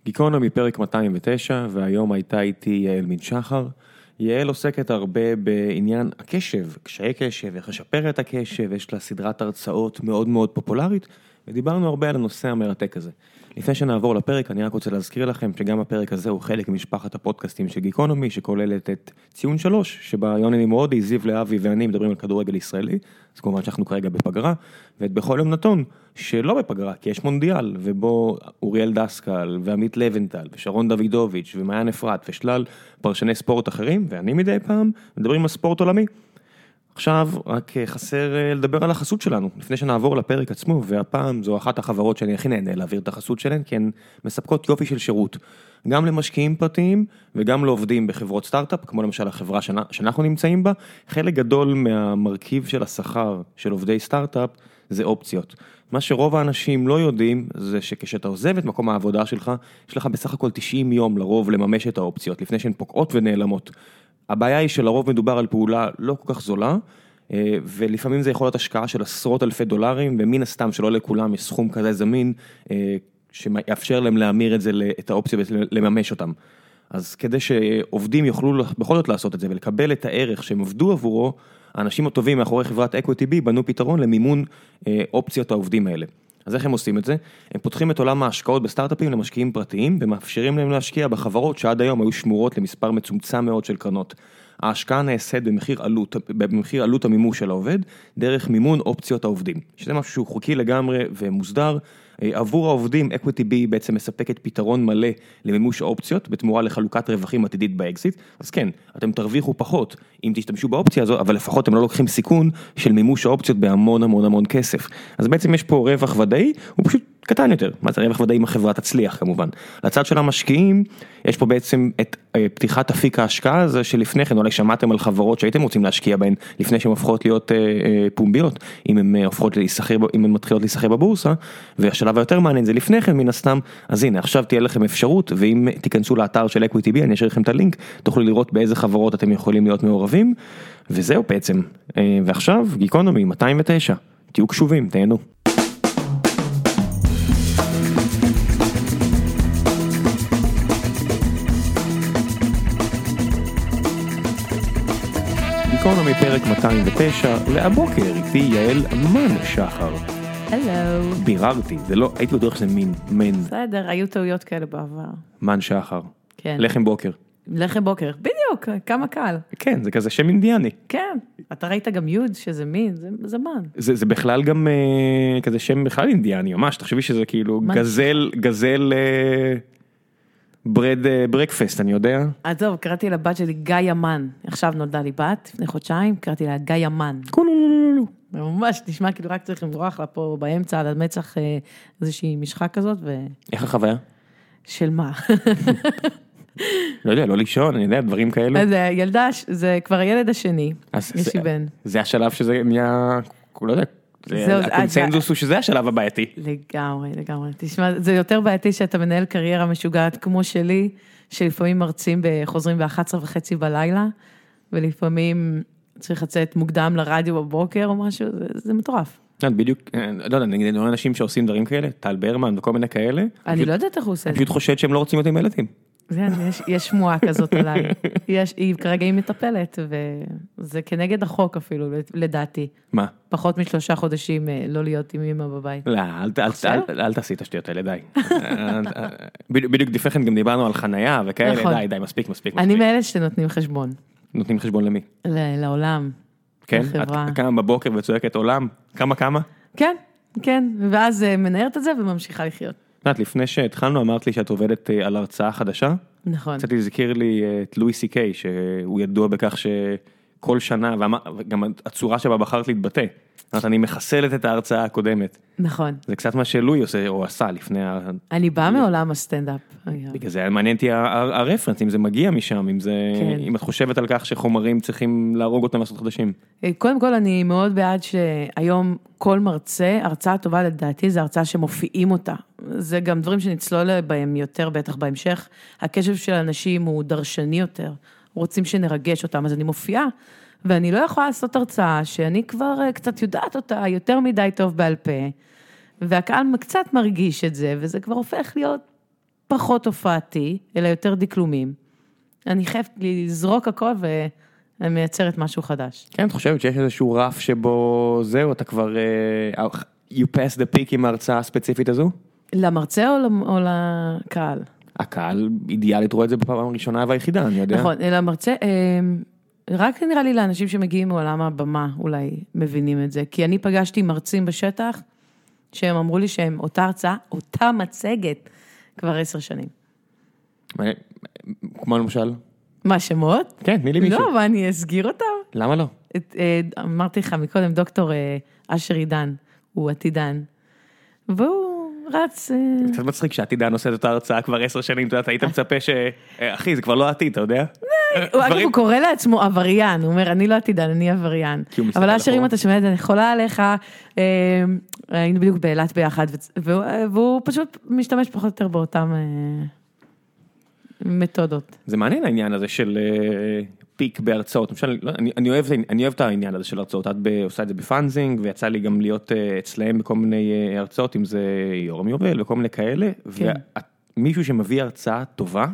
גיקונומי פרק 209, והיום הייתה איתי יעל מן שחר. יעל עוסקת הרבה בעניין הקשב, קשיי קשב, איך לשפר את הקשב, יש לה סדרת הרצאות מאוד מאוד פופולרית, ודיברנו הרבה על הנושא המרתק הזה. לפני שנעבור לפרק, אני רק רוצה להזכיר לכם שגם הפרק הזה הוא חלק ממשפחת הפודקאסטים של גיקונומי, שכוללת את ציון 3, שבה יוני נמרודי, זיו להבי ואני מדברים על כדורגל ישראלי, אז כמובן שאנחנו כרגע בפגרה, ואת בכל יום נתון, שלא בפגרה, כי יש מונדיאל, ובו אוריאל דסקל, ועמית לבנטל, ושרון דוידוביץ', ומעיין אפרת, ושלל פרשני ספורט אחרים, ואני מדי פעם מדברים על ספורט עולמי. עכשיו רק חסר לדבר על החסות שלנו, לפני שנעבור לפרק עצמו, והפעם זו אחת החברות שאני הכי נהנה להעביר את החסות שלהן, כי הן מספקות יופי של שירות, גם למשקיעים פרטיים וגם לעובדים בחברות סטארט-אפ, כמו למשל החברה שאנחנו נמצאים בה, חלק גדול מהמרכיב של השכר של עובדי סטארט-אפ זה אופציות. מה שרוב האנשים לא יודעים זה שכשאתה עוזב את מקום העבודה שלך, יש לך בסך הכל 90 יום לרוב לממש את האופציות, לפני שהן פוקעות ונעלמות. הבעיה היא שלרוב מדובר על פעולה לא כל כך זולה, ולפעמים זה יכול להיות השקעה של עשרות אלפי דולרים, ומן הסתם שלא לכולם יש סכום כזה זמין, שיאפשר להם להמיר את האופציה ולממש אותם. אז כדי שעובדים יוכלו בכל זאת לעשות את זה, ולקבל את הערך שהם עבדו עבורו, האנשים הטובים מאחורי חברת EquityB בנו פתרון למימון אופציות העובדים האלה. אז איך הם עושים את זה? הם פותחים את עולם ההשקעות בסטארט-אפים למשקיעים פרטיים, ומאפשרים להם להשקיע בחברות שעד היום היו שמורות למספר מצומצם מאוד של קרנות. ההשקעה נעשית במחיר עלות המימוש של העובד, דרך מימון אופציות העובדים. שזה משהו שהוא חוקי לגמרי ומוסדר. עבור העובדים, EquityB בעצם מספקת פתרון מלא למימוש האופציות, בתמורה לחלוקת רווחים עתידית באקזיט. אז כן, אתם תרוויחו פחות אם תשתמשו באופציה הזו, אבל לפחות אתם לא לוקחים סיכון של מימוש האופציות בהמון המון המון כסף. אז בעצם יש פה רווח ודאי, הוא פשוט קטן יותר. מה זה רווח ודאי אם החברה תצליח כמובן. לצד של המשקיעים, יש פה בעצם את פתיחת אפיק ההשקעה הזה, שלפני כן אולי שמעתם על חברות שהייתם רוצים להשקיע בהן, לפני שהן הופכות להיות פומביות, אם הן מתחילות להיסחר בבורסה, והשלב היותר מעניין זה לפני כן מן הסתם, אז הנה עכשיו תהיה לכם אפשרות, ואם תיכנסו לאתר של EquityB, אני אשאיר לכם את הלינק, תוכלו לראות באיזה חברות אתם יכולים להיות מעורבים, וזהו בעצם. ועכשיו, גיקונומי 209, תהיו קשובים, תהנו. גיקונומי פרק 209, והבוקר איתי יעל מן שחר. הלו. ביררתי, זה לא, הייתי בטוח שזה מן. בסדר, היו טעויות כאלה בעבר. מן שחר. כן. לחם בוקר. לחם בוקר, בדיוק, כמה קל. כן, זה כזה שם אינדיאני. כן, אתה ראית גם יוד שזה מין, זה מן. זה בכלל גם כזה שם בכלל אינדיאני, ממש, תחשבי שזה כאילו גזל ברד ברקפסט, אני יודע. אז טוב, קראתי לבת שלי גיא מן, עכשיו נולדה לי בת, לפני חודשיים, קראתי לה גיא מן. קולולולולו. ממש, נשמע כאילו רק צריך למרוח לה פה באמצע, על המצח איזושהי משחה כזאת. איך החוויה? של מה? לא יודע, לא לישון, אני יודע, דברים כאלה. אז ילדה, זה כבר הילד השני, יש לי בן. זה השלב שזה נהיה, לא יודע, הקונצנזוס הוא שזה השלב הבעייתי. לגמרי. תשמע, זה יותר בעייתי שאתה מנהל קריירה משוגעת כמו שלי, שלפעמים מרצים חוזרים ב-11:30 בלילה, ולפעמים צריך לצאת מוקדם לרדיו בבוקר או משהו, זה מטורף. בדיוק, לא יודע, נגיד אנשים שעושים דברים כאלה, טל ברמן וכל מיני כאלה. אני לא יודעת איך הוא עושה את זה. אני פשוט חושד שהם לא רוצים אותם ילדים. יש שמועה כזאת עליי, כרגע היא מטפלת, וזה כנגד החוק אפילו, לדעתי. מה? פחות מ3 חודשים לא להיות עם אמא בבית. לא, אל תעשי את השטויות האלה, די. בדיוק לפני כן גם דיברנו על חנייה וכאלה, די, מספיק. אני מאלה שנותנים חשבון. נותנים חשבון למי? לעולם. כן? את קמה בבוקר וצועקת עולם? כמה? כן, ואז מנהרת את זה וממשיכה לחיות. לפני שהתחלנו אמרת לי שאת עובדת על הרצאה חדשה. נכון. קצת הזכיר לי את לואי סי קיי, שהוא ידוע בכך שכל שנה, וגם הצורה שבה בחרת להתבטא, אני מחסלת את ההרצאה הקודמת. נכון. זה קצת מה שלואי עושה, או עשה לפני אני באה מעולם הסטנדאפ. בגלל זה מעניין אותי הרפרנס, אם זה מגיע משם, אם את חושבת על כך שחומרים צריכים להרוג אותם לעשות חדשים. קודם כל, אני מאוד בעד שהיום כל מרצה, הרצאה טובה לדעתי, זה הרצאה שמופיעים אותה. זה גם דברים שנצלול בהם יותר, בטח בהמשך. הקשב של אנשים הוא דרשני יותר, רוצים שנרגש אותם, אז אני מופיעה, ואני לא יכולה לעשות הרצאה שאני כבר קצת יודעת אותה יותר מדי טוב בעל פה, והקהל קצת מרגיש את זה, וזה כבר הופך להיות פחות הופעתי, אלא יותר דקלומים. אני חייבת לזרוק הכל ואני מייצרת משהו חדש. כן, את חושבת שיש איזשהו רף שבו זהו, אתה כבר, you pass the peak עם ההרצאה הספציפית הזו? למרצה או לקהל? הקהל אידיאלית רואה את זה בפעם הראשונה והיחידה, אני יודע. נכון, למרצה, רק נראה לי לאנשים שמגיעים מעולם הבמה, אולי מבינים את זה, כי אני פגשתי מרצים בשטח, שהם אמרו לי שהם אותה הרצאה, אותה מצגת, כבר 10 שנים. כמו למשל? מה, שמות? כן, תני לי מישהו. לא, מה, אני אסגיר אותם? למה לא? אמרתי לך מקודם, דוקטור אשר עידן, הוא עתידן, והוא רץ... קצת מצחיק שעתידן עושה את אותה הרצאה כבר 10 שנים, אתה היית מצפה אחי, זה כבר לא עתיד, אתה יודע? אגב, הוא קורא לעצמו עבריין, הוא אומר, אני לא עתידן, אני עבריין. אבל אשר, אם אתה שומע את זה, אני חולה עליך, היינו בדיוק באילת ביחד, והוא פשוט משתמש פחות או יותר באותם מתודות. זה מעניין העניין הזה של פיק בהרצאות, למשל, אני אוהב את העניין הזה של הרצאות, את עושה את זה בפאנזינג, ויצא לי גם להיות אצלהם בכל מיני הרצאות, אם זה יורם יובל וכל מיני כאלה, ומישהו שמביא הרצאה טובה,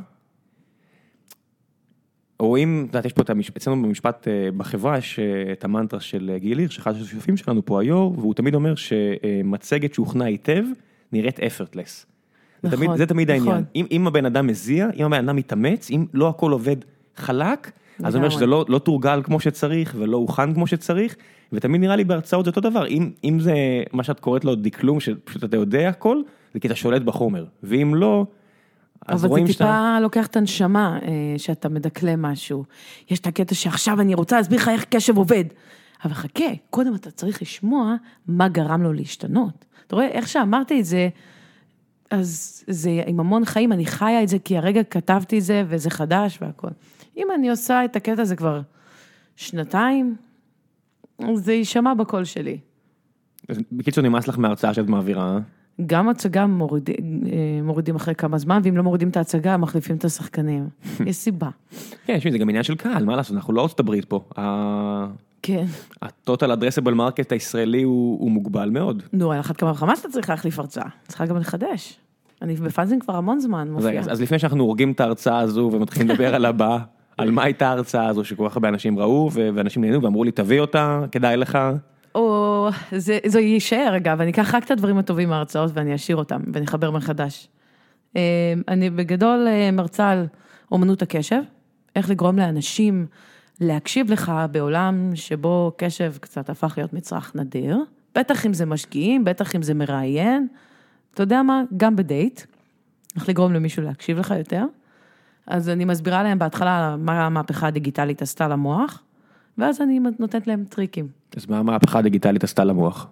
רואים, את יודעת, יש פה אצלנו במשפט בחברה, יש את המנטרה של גיל הירש, שאחד השותפים שלנו פה היור, והוא תמיד אומר שמצגת שהוכנה היטב, נראית effortless. נכון, זה תמיד העניין. נכון. אם הבן אדם מזיע, אם הבן אדם מתאמץ, אם לא הכל עובד חלק, אז זה אומר שזה לא תורגל כמו שצריך, ולא הוכן כמו שצריך, ותמיד נראה לי בהרצאות זה אותו דבר. אם זה מה שאת קוראת לו דקלום, שפשוט אתה יודע הכל, זה כי אתה שולט בחומר. ואם לא, אז רואים אבל זה טיפה לוקח את הנשמה, שאתה מדקלה משהו. יש את הקטע שעכשיו אני רוצה להסביר לך איך קשב עובד. אבל חכה, קודם אתה צריך לשמוע מה גרם לו להשתנות. אתה רואה, איך שאמרתי את זה, אז זה עם המון חיים, אני חיה את זה, כי הרגע כתבתי את זה, וזה חדש והכל. אם אני עושה את הקטע הזה כבר 2, זה יישמע בקול שלי. בקיצור, נמאס לך מההרצאה שאת מעבירה, גם הצגה מורידים אחרי כמה זמן, ואם לא מורידים את ההצגה, מחליפים את השחקנים. יש סיבה. כן, זה גם עניין של קהל, מה לעשות, אנחנו לא ארצות הברית פה. כן. הטוטל אדרסבל מרקט הישראלי הוא מוגבל מאוד. נו, על אחת כמה וכמה שאתה צריך להחליף הרצאה. צריכה גם לחדש. אני בפאנזינג כבר המון זמן מופיע. אז לפני שאנחנו הורגים את ההרצאה הזו ומתחילים לדבר על הבאה, על מה הייתה ההרצאה הזו שכל כך הרבה אנשים ראו, ואנשים נהנו ואמרו לי, תביא אותה, כדאי לך. או, זה יישאר, אגב, אני אקח רק את הדברים הטובים מההרצאות ואני אשאיר אותם, ואני אחבר מחדש. אני בגדול מרצה על אומנות הקשב, איך לגרום לאנשים להקשיב לך בעולם שבו קשב קצת הפך להיות מצרך נדיר, בטח אם זה משקיעים, בטח אם זה מראיין, אתה יודע מה, גם בדייט, איך לגרום למישהו להקשיב לך יותר, אז אני מסבירה להם בהתחלה מה המהפכה הדיגיטלית עשתה למוח, ואז אני נותנת להם טריקים. אז מה המהפכה הדיגיטלית עשתה למוח?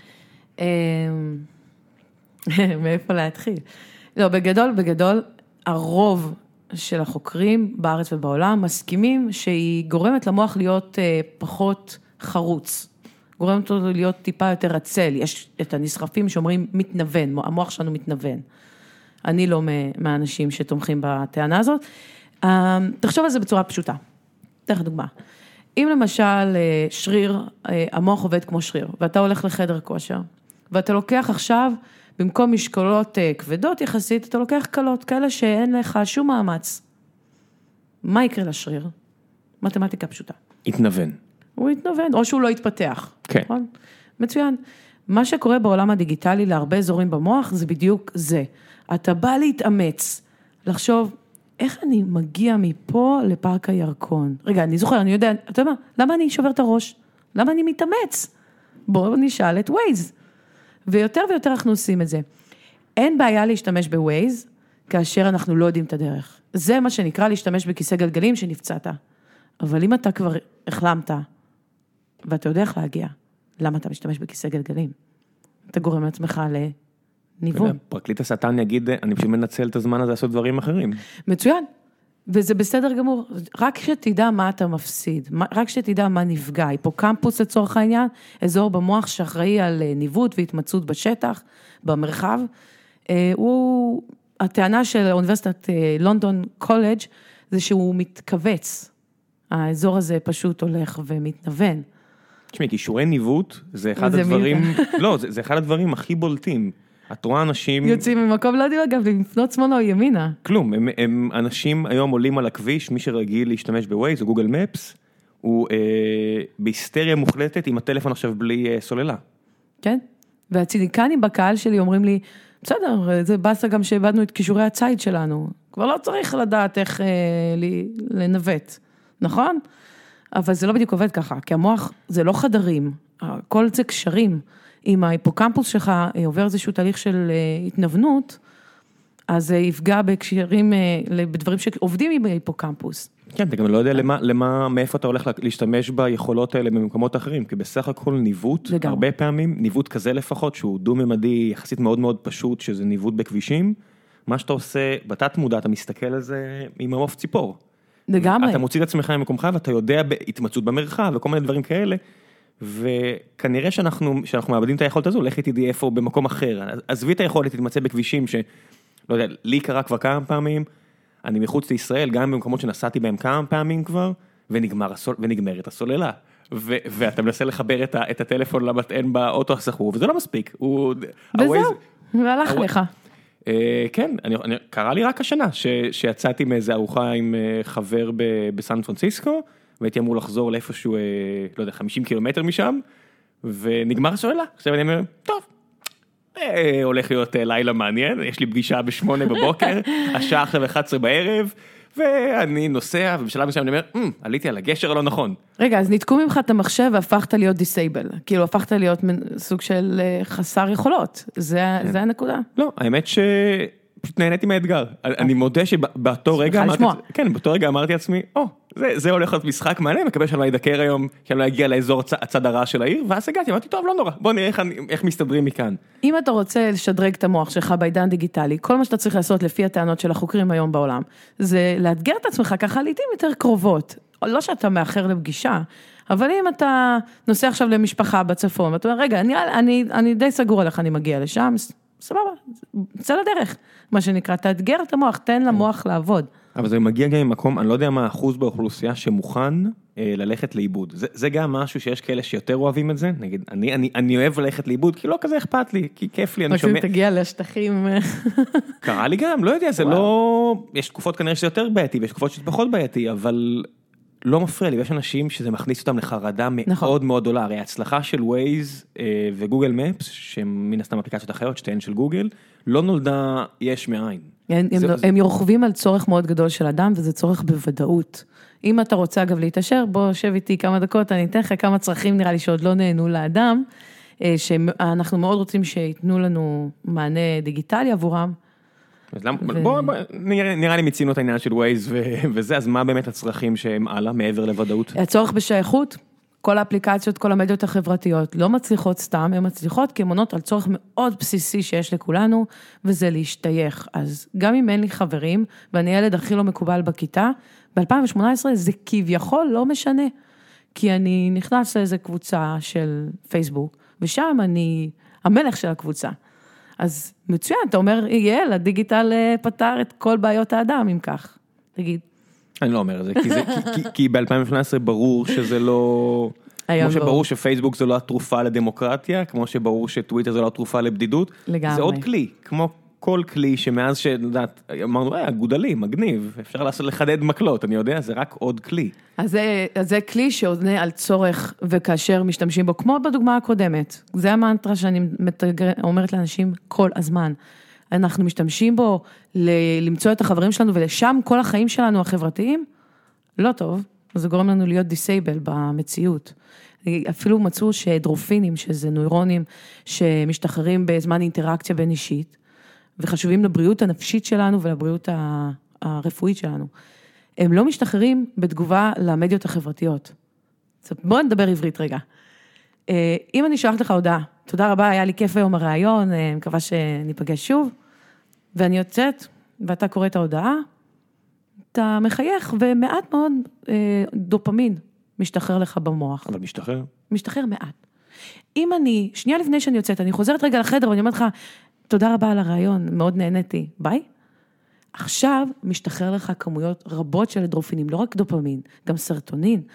מאיפה להתחיל? לא, בגדול, הרוב של החוקרים בארץ ובעולם מסכימים שהיא גורמת למוח להיות פחות חרוץ, גורמת לו להיות טיפה יותר עצל, יש את הנסחפים שאומרים מתנוון, המוח שלנו מתנוון. אני לא מהאנשים שתומכים בטענה הזאת. תחשוב על זה בצורה פשוטה. תכף דוגמה. אם למשל שריר, המוח עובד כמו שריר, ואתה הולך לחדר כושר, ואתה לוקח עכשיו, במקום משקולות כבדות יחסית, אתה לוקח קלות, כאלה שאין לך שום מאמץ. מה יקרה לשריר? מתמטיקה פשוטה. התנוון. הוא יתנוון, או שהוא לא יתפתח. כן. נכון? מצוין. מה שקורה בעולם הדיגיטלי להרבה אזורים במוח, זה בדיוק זה. אתה בא להתאמץ, לחשוב, איך אני מגיע מפה לפארק הירקון? רגע, אני זוכר, אני יודע, אתה יודע מה? למה אני שובר את הראש? למה אני מתאמץ? בואו נשאל את ווייז. ויותר ויותר אנחנו עושים את זה. אין בעיה להשתמש בווייז, כאשר אנחנו לא יודעים את הדרך. זה מה שנקרא להשתמש בכיסא גלגלים שנפצעת. אבל אם אתה כבר החלמת, ואתה יודע איך להגיע, למה אתה משתמש בכיסא גלגלים? אתה גורם לעצמך לניוון. פרקליט השטן יגיד, אני פשוט מנצל את הזמן הזה לעשות דברים אחרים. מצוין. וזה בסדר גמור. רק שתדע מה אתה מפסיד, רק שתדע מה נפגע. היפוקמפוס לצורך העניין, אזור במוח שאחראי על ניווט והתמצאות בשטח, במרחב. הטענה של האוניברסיטת לונדון קולג' זה שהוא מתכווץ. האזור הזה פשוט הולך ומתנוון. תשמעי, כישורי ניווט זה אחד הדברים, לא, זה אחד הדברים הכי בולטים. את רואה אנשים... יוצאים ממקום, לא יודעים אגב, לפנות שמאלה או ימינה. כלום, הם אנשים היום עולים על הכביש, מי שרגיל להשתמש בווייז או גוגל מפס, הוא בהיסטריה מוחלטת עם הטלפון עכשיו בלי סוללה. כן, והציניקנים בקהל שלי אומרים לי, בסדר, זה בסה גם שאיבדנו את כישורי הציד שלנו, כבר לא צריך לדעת איך לנווט, נכון? אבל זה לא בדיוק עובד ככה, כי המוח זה לא חדרים, כל זה קשרים, אם ההיפוקמפוס שלך עובר איזשהו תהליך של התנוונות, אז זה יפגע בקשרים, בדברים שעובדים עם ההיפוקמפוס. כן, אתה גם לא יודע מאיפה אתה הולך להשתמש ביכולות האלה במקומות אחרים, כי בסך הכל ניווט, הרבה פעמים, ניווט כזה לפחות, שהוא דו-ממדי יחסית מאוד מאוד פשוט, שזה ניווט בכבישים, מה שאתה עושה, בתת מודע, אתה מסתכל על זה עם המוף ציפור. לגמרי. אתה מוציא את עצמך ממקומך, ואתה יודע בהתמצאות במרחב, וכל מיני דברים כאלה, וכנראה שאנחנו מאבדים את היכולת הזו, לכי תדעי איפה במקום אחר, עזבי את היכולת להתמצא בכבישים, שלא יודע, לי קרה כבר כמה פעמים, אני מחוץ לישראל, גם במקומות שנסעתי בהם כמה פעמים כבר, ונגמרת הסוללה. ואתה מנסה לחבר את הטלפון למטען באוטו הסחור, וזה לא מספיק. וזהו, והלך לך. כן, קרה לי רק השנה, שיצאתי מאיזו ארוחה עם חבר בסן פרנסיסקו, והייתי אמור לחזור לאיפשהו, לא יודע, 50 קילומטר משם, ונגמר הסוללה. עכשיו אני אומר, טוב. הולך להיות לילה מעניין, יש לי פגישה ב8 בבוקר, השעה עכשיו 11 בערב, ואני נוסע, ובשלב מסוים אני אומר, עליתי על הגשר הלא נכון. רגע, אז ניתקו ממך את המחשב והפכת להיות דיסייבל, כאילו הפכת להיות סוג של חסר יכולות, זה הנקודה. לא, האמת שפשוט נהניתי מהאתגר, אני מודה שבאותו רגע, כן, באותו רגע אמרתי לעצמי, זה הולך להיות משחק מעניין, מקווה שאני לא אדקר היום, שאני לא אגיע לאזור הצד הרע של העיר, ואז הגעתי, אמרתי, טוב, לא נורא, בוא נראה איך מסתדרים מכאן. אם אתה רוצה לשדרג את המוח שלך בעידן דיגיטלי, כל מה שאתה צריך לעשות לפי הטענות של החוקרים היום בעולם, זה לאתגר את עצמך ככה לעתים יותר קרובות, לא שאתה מאחר לפגישה, אבל אם אתה נוסע עכשיו למשפחה בצפון, ואתה אומר, רגע, אני די סגור עליך, אני מגיע לשם, סבבה, צא לדרך, מה שנקרא, תאתגר את המוח, תן למוח לעבוד. אבל זה מגיע גם ממקום, אני לא יודע מה האחוז באוכלוסייה שמוכן ללכת לאיבוד. זה גם משהו שיש כאלה שיותר אוהבים את זה, נגיד, אני אוהב ללכת לאיבוד, כי לא כזה אכפת לי, כי כיף לי, אני שומע. רק תגיע לשטחים. קרה לי גם, לא יודע, זה לא, יש תקופות כנראה שזה יותר בעייתי, ויש תקופות שזה פחות בעייתי, אבל לא מפריע לי, ויש אנשים שזה מכניס אותם לחרדה מאוד מאוד גדולה, הרי ההצלחה של ווייז וגוגל מפס, שמן הסתם אפליקציות אחרות, שתיהן של גוגל, לא נולדה יש מאין. הם יורחבים על צורך מאוד גדול של אדם, וזה צורך בוודאות. אם אתה רוצה אגב להתאשר, בוא שב איתי כמה דקות, אני אתן לך כמה צרכים נראה לי שעוד לא נהנו לאדם, שאנחנו מאוד רוצים שיתנו לנו מענה דיגיטלי עבורם. נראה לי מצינו את העניין של ווייז וזה, אז מה באמת הצרכים שהם עלה מעבר לוודאות? הצורך בשייכות, כל האפליקציות, כל המדיות החברתיות לא מצליחות סתם, הן מצליחות כי הן עונות על צורך מאוד בסיסי שיש לכולנו, וזה להשתייך. אז גם אם אין לי חברים, ואני ילד הכי לא מקובל בכיתה, ב-2018 זה כביכול לא משנה, כי אני נכנס לאיזו קבוצה של פייסבוק, ושם אני המלך של הקבוצה. אז מצוין, אתה אומר, יאל, הדיגיטל פתר את כל בעיות האדם, אם כך. תגיד. אני לא אומר את זה, כי ב-2018 ברור שזה לא... כמו שברור שפייסבוק זה לא התרופה לדמוקרטיה, כמו שברור שטוויטר זה לא התרופה לבדידות. לגמרי. זה עוד כלי, כמו כל כלי שמאז שדעת, אמרנו, גודלי, מגניב, אפשר לחדד מקלות, אני יודע, זה רק עוד כלי. אז זה כלי שעונה על צורך, וכאשר משתמשים בו, כמו בדוגמה הקודמת, זה המנטרה שאני אומרת לאנשים כל הזמן. אנחנו משתמשים בו למצוא את החברים שלנו, ולשם כל החיים שלנו החברתיים, לא טוב, זה גורם לנו להיות דיסייבל במציאות. אפילו מצאו שדרופינים, שזה נוירונים, שמשתחררים בזמן אינטראקציה בין אישית, וחשובים לבריאות הנפשית שלנו ולבריאות הרפואית שלנו. הם לא משתחררים בתגובה למדיות החברתיות. בואו נדבר עברית רגע. אם אני שלחת לך הודעה, תודה רבה, היה לי כיף היום הרעיון, מקווה שניפגש שוב, ואני יוצאת, ואתה קורא את ההודעה, אתה מחייך, ומעט מאוד דופמין משתחרר לך במוח. אבל משתחרר? משתחרר מעט. אם אני, שנייה לפני שאני יוצאת, אני חוזרת רגע לחדר, ואני אומרת לך, תודה רבה על הרעיון, מאוד נהניתי, ביי. עכשיו משתחרר לך כמויות רבות של דרופינים, לא רק דופמין, גם סרטונין.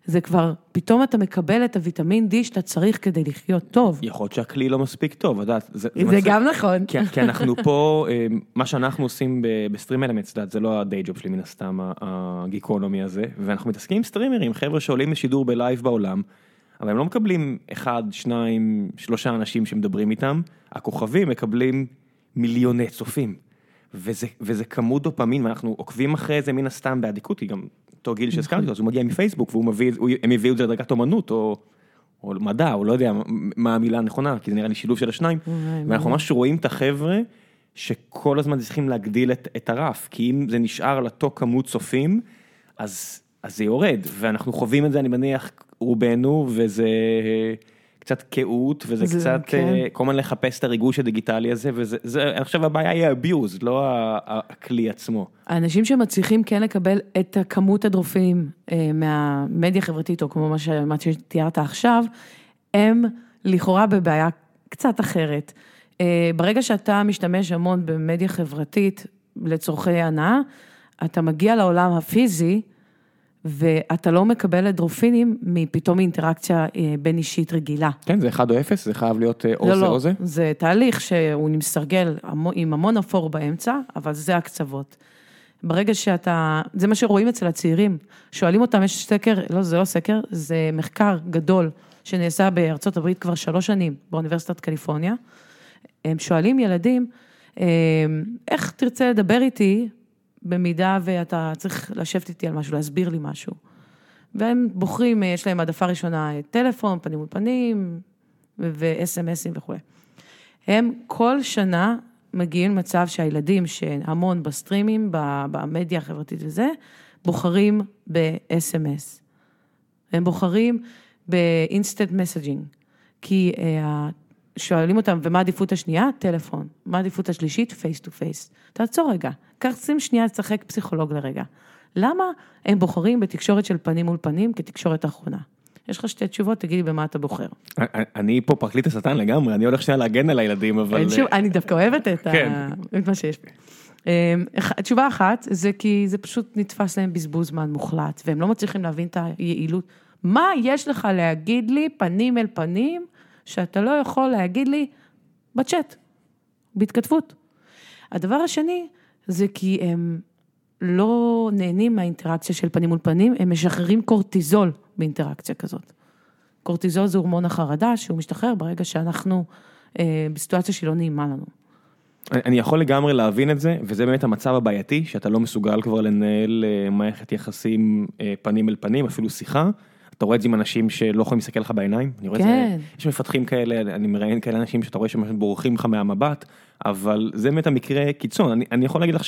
זה כבר, פתאום אתה מקבל את הוויטמין D שאתה צריך כדי לחיות טוב. יכול להיות שהכלי לא מספיק טוב, יודעת. זה גם נכון. כי אנחנו פה, מה שאנחנו עושים בסטרים אלמנטס, זה לא הדיי ג'וב שלי מן הסתם, הגיקונומי הזה, ואנחנו מתעסקים עם סטרימרים, חבר'ה שעולים לשידור בלייב בעולם, אבל הם לא מקבלים 1, 2, 3 אנשים שמדברים איתם, הכוכבים מקבלים מיליוני צופים, וזה כמות דופמין, ואנחנו עוקבים אחרי זה מן הסתם בעדיקות, היא גם אותו גיל שהזכרתי אותו, אז הוא מגיע מפייסבוק, והם הביאו את זה לדרגת אומנות, או מדע, או לא יודע מה המילה הנכונה, כי זה נראה לי שילוב של השניים, ואנחנו ממש רואים את החבר'ה, שכל הזמן צריכים להגדיל את הרף, כי אם זה נשאר לתו כמות צופים, אז זה יורד, ואנחנו חווים את זה, אני מניח, רובנו, וזה קצת קהות, וזה קצת, כל הזמן לחפש את הריגוש הדיגיטלי הזה, אני חושב הבעיה היא abuse, לא הכלי עצמו. האנשים שמצליחים כן לקבל את כמות הדרופינים מהמדיה החברתית, או כמו מה שתיארת עכשיו, הם לכאורה בבעיה קצת אחרת. ברגע שאתה משתמש המון במדיה חברתית לצורכי הנאה, אתה מגיע לעולם הפיזי, ואתה לא מקבל דרופינים מפתאום אינטראקציה בין אישית רגילה. כן, זה 1 או 0, זה חייב להיות או זה או זה? זה תהליך שהוא מסרגל עם המון אפור באמצע, אבל זה הקצוות. ברגע שאתה, זה מה שרואים אצל הצעירים, שואלים אותם, יש סקר, לא, זה לא סקר, זה מחקר גדול שנעשה בארצות הברית כבר 3 שנים, באוניברסיטת קליפורניה. הם שואלים ילדים, איך תרצה לדבר איתי, במידה ואתה צריך לשבת איתי על משהו, להסביר לי משהו. והם בוחרים, יש להם העדפה ראשונה, טלפון, פנים מול פנים, ו-SMSים וכו'. הם כל שנה מגיעים למצב שהילדים שהמון בסטרימים, במדיה החברתית וזה, בוחרים ב-SMS. הם בוחרים ב-Instant Messaging, כי שואלים אותם, ומה העדיפות השנייה? טלפון. מה העדיפות השלישית? Face to face. תעצור רגע. שים שנייה לצחק פסיכולוג לרגע. למה הם בוחרים בתקשורת של פנים מול פנים כתקשורת האחרונה? יש לך 2 תשובות, תגידי במה אתה בוחר. אני פה פרקליט השטן לגמרי, אני הולך שנייה להגן על הילדים, אבל... אני דווקא אוהבת את מה שיש. תשובה אחת, זה כי זה פשוט נתפס להם בזבוז זמן מוחלט, והם לא מצליחים להבין את היעילות. מה יש לך להגיד לי פנים אל פנים, שאתה לא יכול להגיד לי בצ'אט, בהתכתבות. הדבר השני, זה כי הם לא נהנים מהאינטראקציה של פנים מול פנים, הם משחררים קורטיזול באינטראקציה כזאת. קורטיזול זה הורמון החרדה, שהוא משתחרר ברגע שאנחנו בסיטואציה שלא נעימה לנו. אני יכול לגמרי להבין את זה, וזה באמת המצב הבעייתי, שאתה לא מסוגל כבר לנהל מערכת יחסים פנים אל פנים, אפילו שיחה, אתה רואה את זה עם אנשים שלא יכולים להסתכל לך בעיניים, אני רואה את זה, יש מפתחים כאלה, אני מראיין כאלה אנשים שאתה רואה שהם בורחים לך מהמבט, אבל זה באמת המקרה קיצון, אני יכול להגיד לך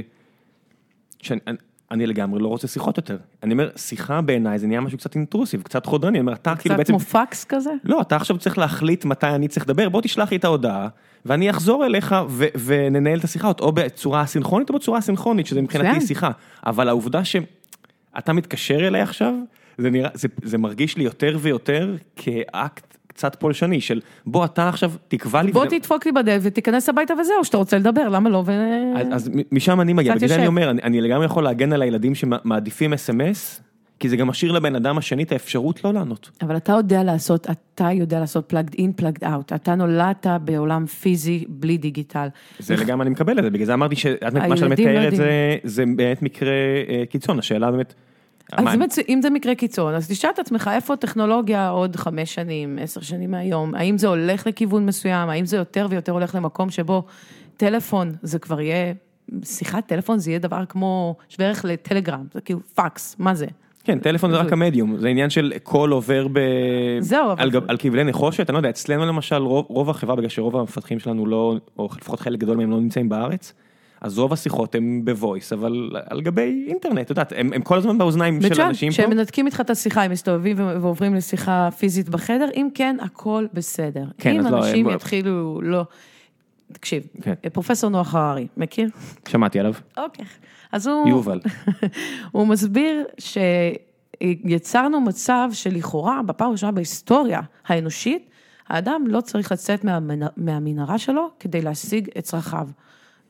שאני לגמרי לא רוצה שיחות יותר, אני אומר, שיחה בעיניי זה נהיה משהו קצת אינטרוסיב, קצת חודרני, אני אומר, אתה כאילו בעצם... קצת כמו פקס כזה? לא, אתה עכשיו צריך להחליט מתי אני צריך לדבר, בוא תשלח לי את ההודעה, ואני אחזור אליך וננהל את השיחה, או בצורה הסינכרונית או בצורה הסינכרונית, שזה מבחינתי שיחה, אבל העובדה שאתה מתקשר אליי עכשיו, זה מרגיש לי יותר ויותר כאקט קצת פולשני, של בוא אתה עכשיו תקבע לי... בוא תדפוק לי בדלת ותיכנס הביתה וזהו, שאתה רוצה לדבר, למה לא? אז משם אני מגיע, בגלל זה אני אומר, אני לגמרי יכול להגן על הילדים שמעדיפים SMS, כי זה גם משאיר לבן אדם השני את האפשרות לא לענות. אבל אתה יודע לעשות plugged in, plugged out, אתה נולדת בעולם פיזי בלי דיגיטל. זה לגמרי אני מקבל את זה, בגלל זה אמרתי שמה שאת מתארת זה באמת מקרה קיצון, השאלה באמת... אז אם זה מקרה קיצון, אז תשאל את עצמך, איפה הטכנולוגיה עוד 5 שנים, 10 שנים מהיום, האם זה הולך לכיוון מסוים, האם זה יותר ויותר הולך למקום שבו טלפון, זה כבר יהיה, שיחת טלפון זה יהיה דבר כמו שבערך לטלגרם, זה כאילו פקס, מה זה? כן, טלפון זה רק המדיום, זה עניין של קול עובר על כבלי נחושת, אני לא יודע, אצלנו למשל רוב החברה, בגלל שרוב המפתחים שלנו לא, או לפחות חלק גדול מהם לא נמצאים בארץ, אז רוב השיחות הן בוויס, אבל על גבי אינטרנט, את יודעת, הם כל הזמן באוזניים של אנשים פה. שהם מנתקים איתך את השיחה, הם מסתובבים ועוברים לשיחה פיזית בחדר, אם כן, הכל בסדר. אם אנשים יתחילו, לא... תקשיב, פרופסור נוח הררי, מכיר? שמעתי עליו. אוקיי. אז הוא... יובל. הוא מסביר שיצרנו מצב שלכאורה, בפעם הראשונה בהיסטוריה האנושית, האדם לא צריך לצאת מהמנהרה שלו כדי להשיג את צרכיו.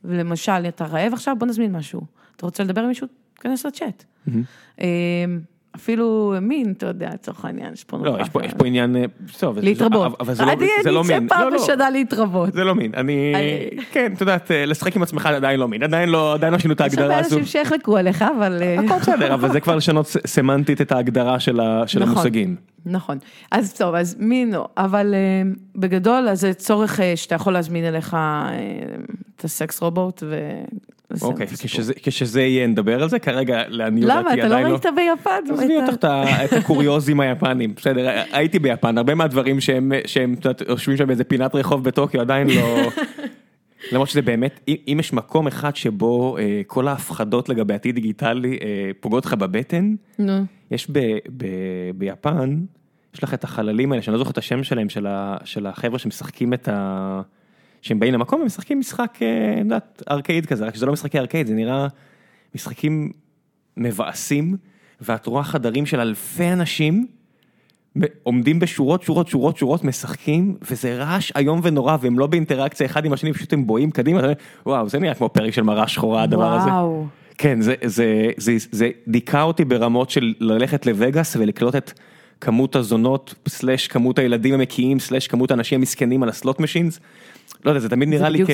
ולמשל, אתה רעב עכשיו, בוא נזמין משהו. אתה רוצה לדבר עם מישהו? כנס לצ'אט. אפילו מין, אתה יודע, לצורך העניין, יש פה לא, יש פה עניין, טוב, להתרבות. אני אצא פעם בשנה להתרבות. זה לא מין, כן, אתה יודעת, לשחק עם עצמך עדיין לא מין, עדיין לא שינו את ההגדרה הזו. יש הרבה אנשים שיחלקו עליך, אבל... הכל בסדר, אבל זה כבר לשנות סמנטית את ההגדרה של המושגים. נכון, אז טוב, אז מין לא, אבל בגדול, אז זה צורך שאתה יכול להזמין אליך את הסקס רובוט אוקיי, כשזה יהיה נדבר על זה, כרגע לעניות דעתי עדיין לא. למה? אתה לא ראית ביפן? עזבי אותך את הקוריוזים היפנים, בסדר, הייתי ביפן, הרבה מהדברים שהם יושבים שם באיזה פינת רחוב בטוקיו, עדיין לא... למרות שזה באמת, אם יש מקום אחד שבו כל ההפחדות לגבי עתיד דיגיטלי פוגעות לך בבטן, יש ביפן, יש לך את החללים האלה, שאני לא זוכר את השם שלהם, של החבר'ה שמשחקים שהם באים למקום, הם משחקים משחק, יודעת, ארקאיד כזה, רק שזה לא משחקי ארקאיד, זה נראה משחקים מבאסים, ואת רואה חדרים של אלפי אנשים, עומדים בשורות, משחקים, וזה רעש היום ונורא, והם לא באינטראקציה אחד עם השני, פשוט הם בואים קדימה, וואו, זה נראה כמו פרק של מראה שחורה, הדבר הזה. וואו. כן, זה דיכה אותי ברמות של ללכת לווגאס, ולקלוט את כמות הזונות, סלש כמות הילדים המקיאים, סלש כמות האנשים המסכנים על הסלוט משינס, לא יודע, זה תמיד נראה לי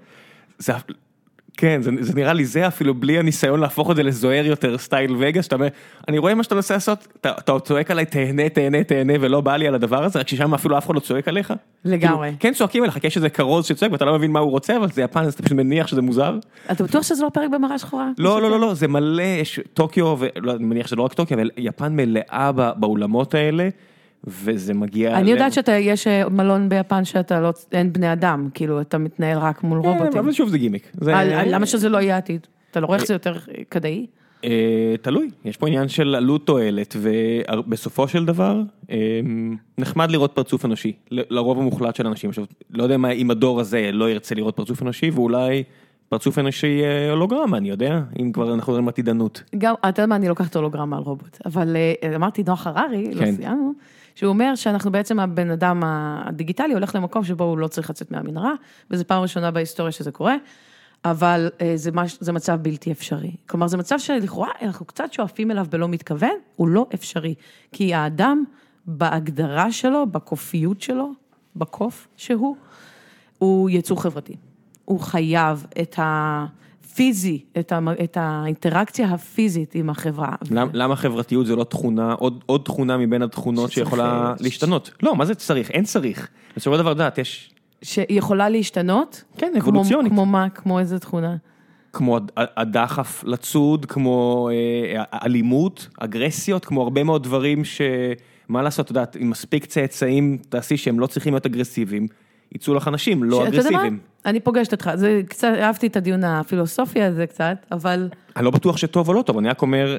כן, זה נראה לי זה אפילו בלי הניסיון להפוך את זה לזוהר יותר סטייל וגאס, שאתה אומר, אני רואה מה שאתה מנסה לעשות, אתה צועק עליי, תהנה, ולא בא לי על הדבר הזה, רק ששם אפילו אף אחד לא צועק עליך. לגמרי. כן צועקים עליך, כי יש איזה כרוז שצועק, ואתה לא מבין מה הוא רוצה, אבל זה יפן, אז אתה פשוט מניח שזה מוזר. אתה בטוח שזה לא פרק במראה שחורה? לא, זה מלא, יש טוקיו, ואני מניח שזה לא רק טוקיו, אבל יפן מלאה באולמות האלה, וזה מגיע... אני יודעת שיש מלון ביפן שאתה לא, אין בני אדם, כאילו אתה מתנהל רק מול רובוטים. אבל שוב זה גימיק. למה שזה לא יהיה עתיד? אתה לא רואה איך זה יותר כדאי? תלוי, יש פה עניין של עלות תועלת, ובסופו של דבר, נחמד לראות פרצוף אנושי, לרוב המוחלט של אנשים. עכשיו, לא יודע אם הדור הזה לא ירצה לראות פרצוף אנושי, ואולי פרצוף אנושי הולוגרמה, אני יודע, אם כבר אנחנו רואים עתידנות. גם, אתה יודע מה, אני לוקחת הולוגרמה על רובוט, אבל אמרתי נוח הררי, לא סיימנו, שהוא אומר שאנחנו בעצם הבן אדם הדיגיטלי הולך למקום שבו הוא לא צריך לצאת מהמנהרה, וזו פעם ראשונה בהיסטוריה שזה קורה, אבל זה מצב בלתי אפשרי. כלומר, זה מצב שלכאורה, אנחנו קצת שואפים אליו בלא מתכוון, הוא לא אפשרי. כי האדם, בהגדרה שלו, בקופיות שלו, בקוף שהוא, הוא יצור חברתי. הוא חייב את הפיזי, את האינטראקציה הפיזית עם החברה. למה חברתיות זה לא תכונה, עוד תכונה מבין התכונות שיכולה להשתנות? לא, מה זה צריך? אין צריך. בסופו של דבר דעת, יש... שיכולה להשתנות? כן, אבולוציונית. כמו מה? כמו איזה תכונה? כמו הדחף לצוד, כמו אלימות, אגרסיות, כמו הרבה מאוד דברים שמה לעשות, אתה יודעת, אם מספיק צאצאים, תעשי שהם לא צריכים להיות אגרסיביים, יצאו לך אנשים לא אגרסיביים. אני פוגשת אותך, זה קצת, אהבתי את הדיון הפילוסופי הזה קצת, אבל... אני לא בטוח שטוב או לא טוב, אני רק אומר,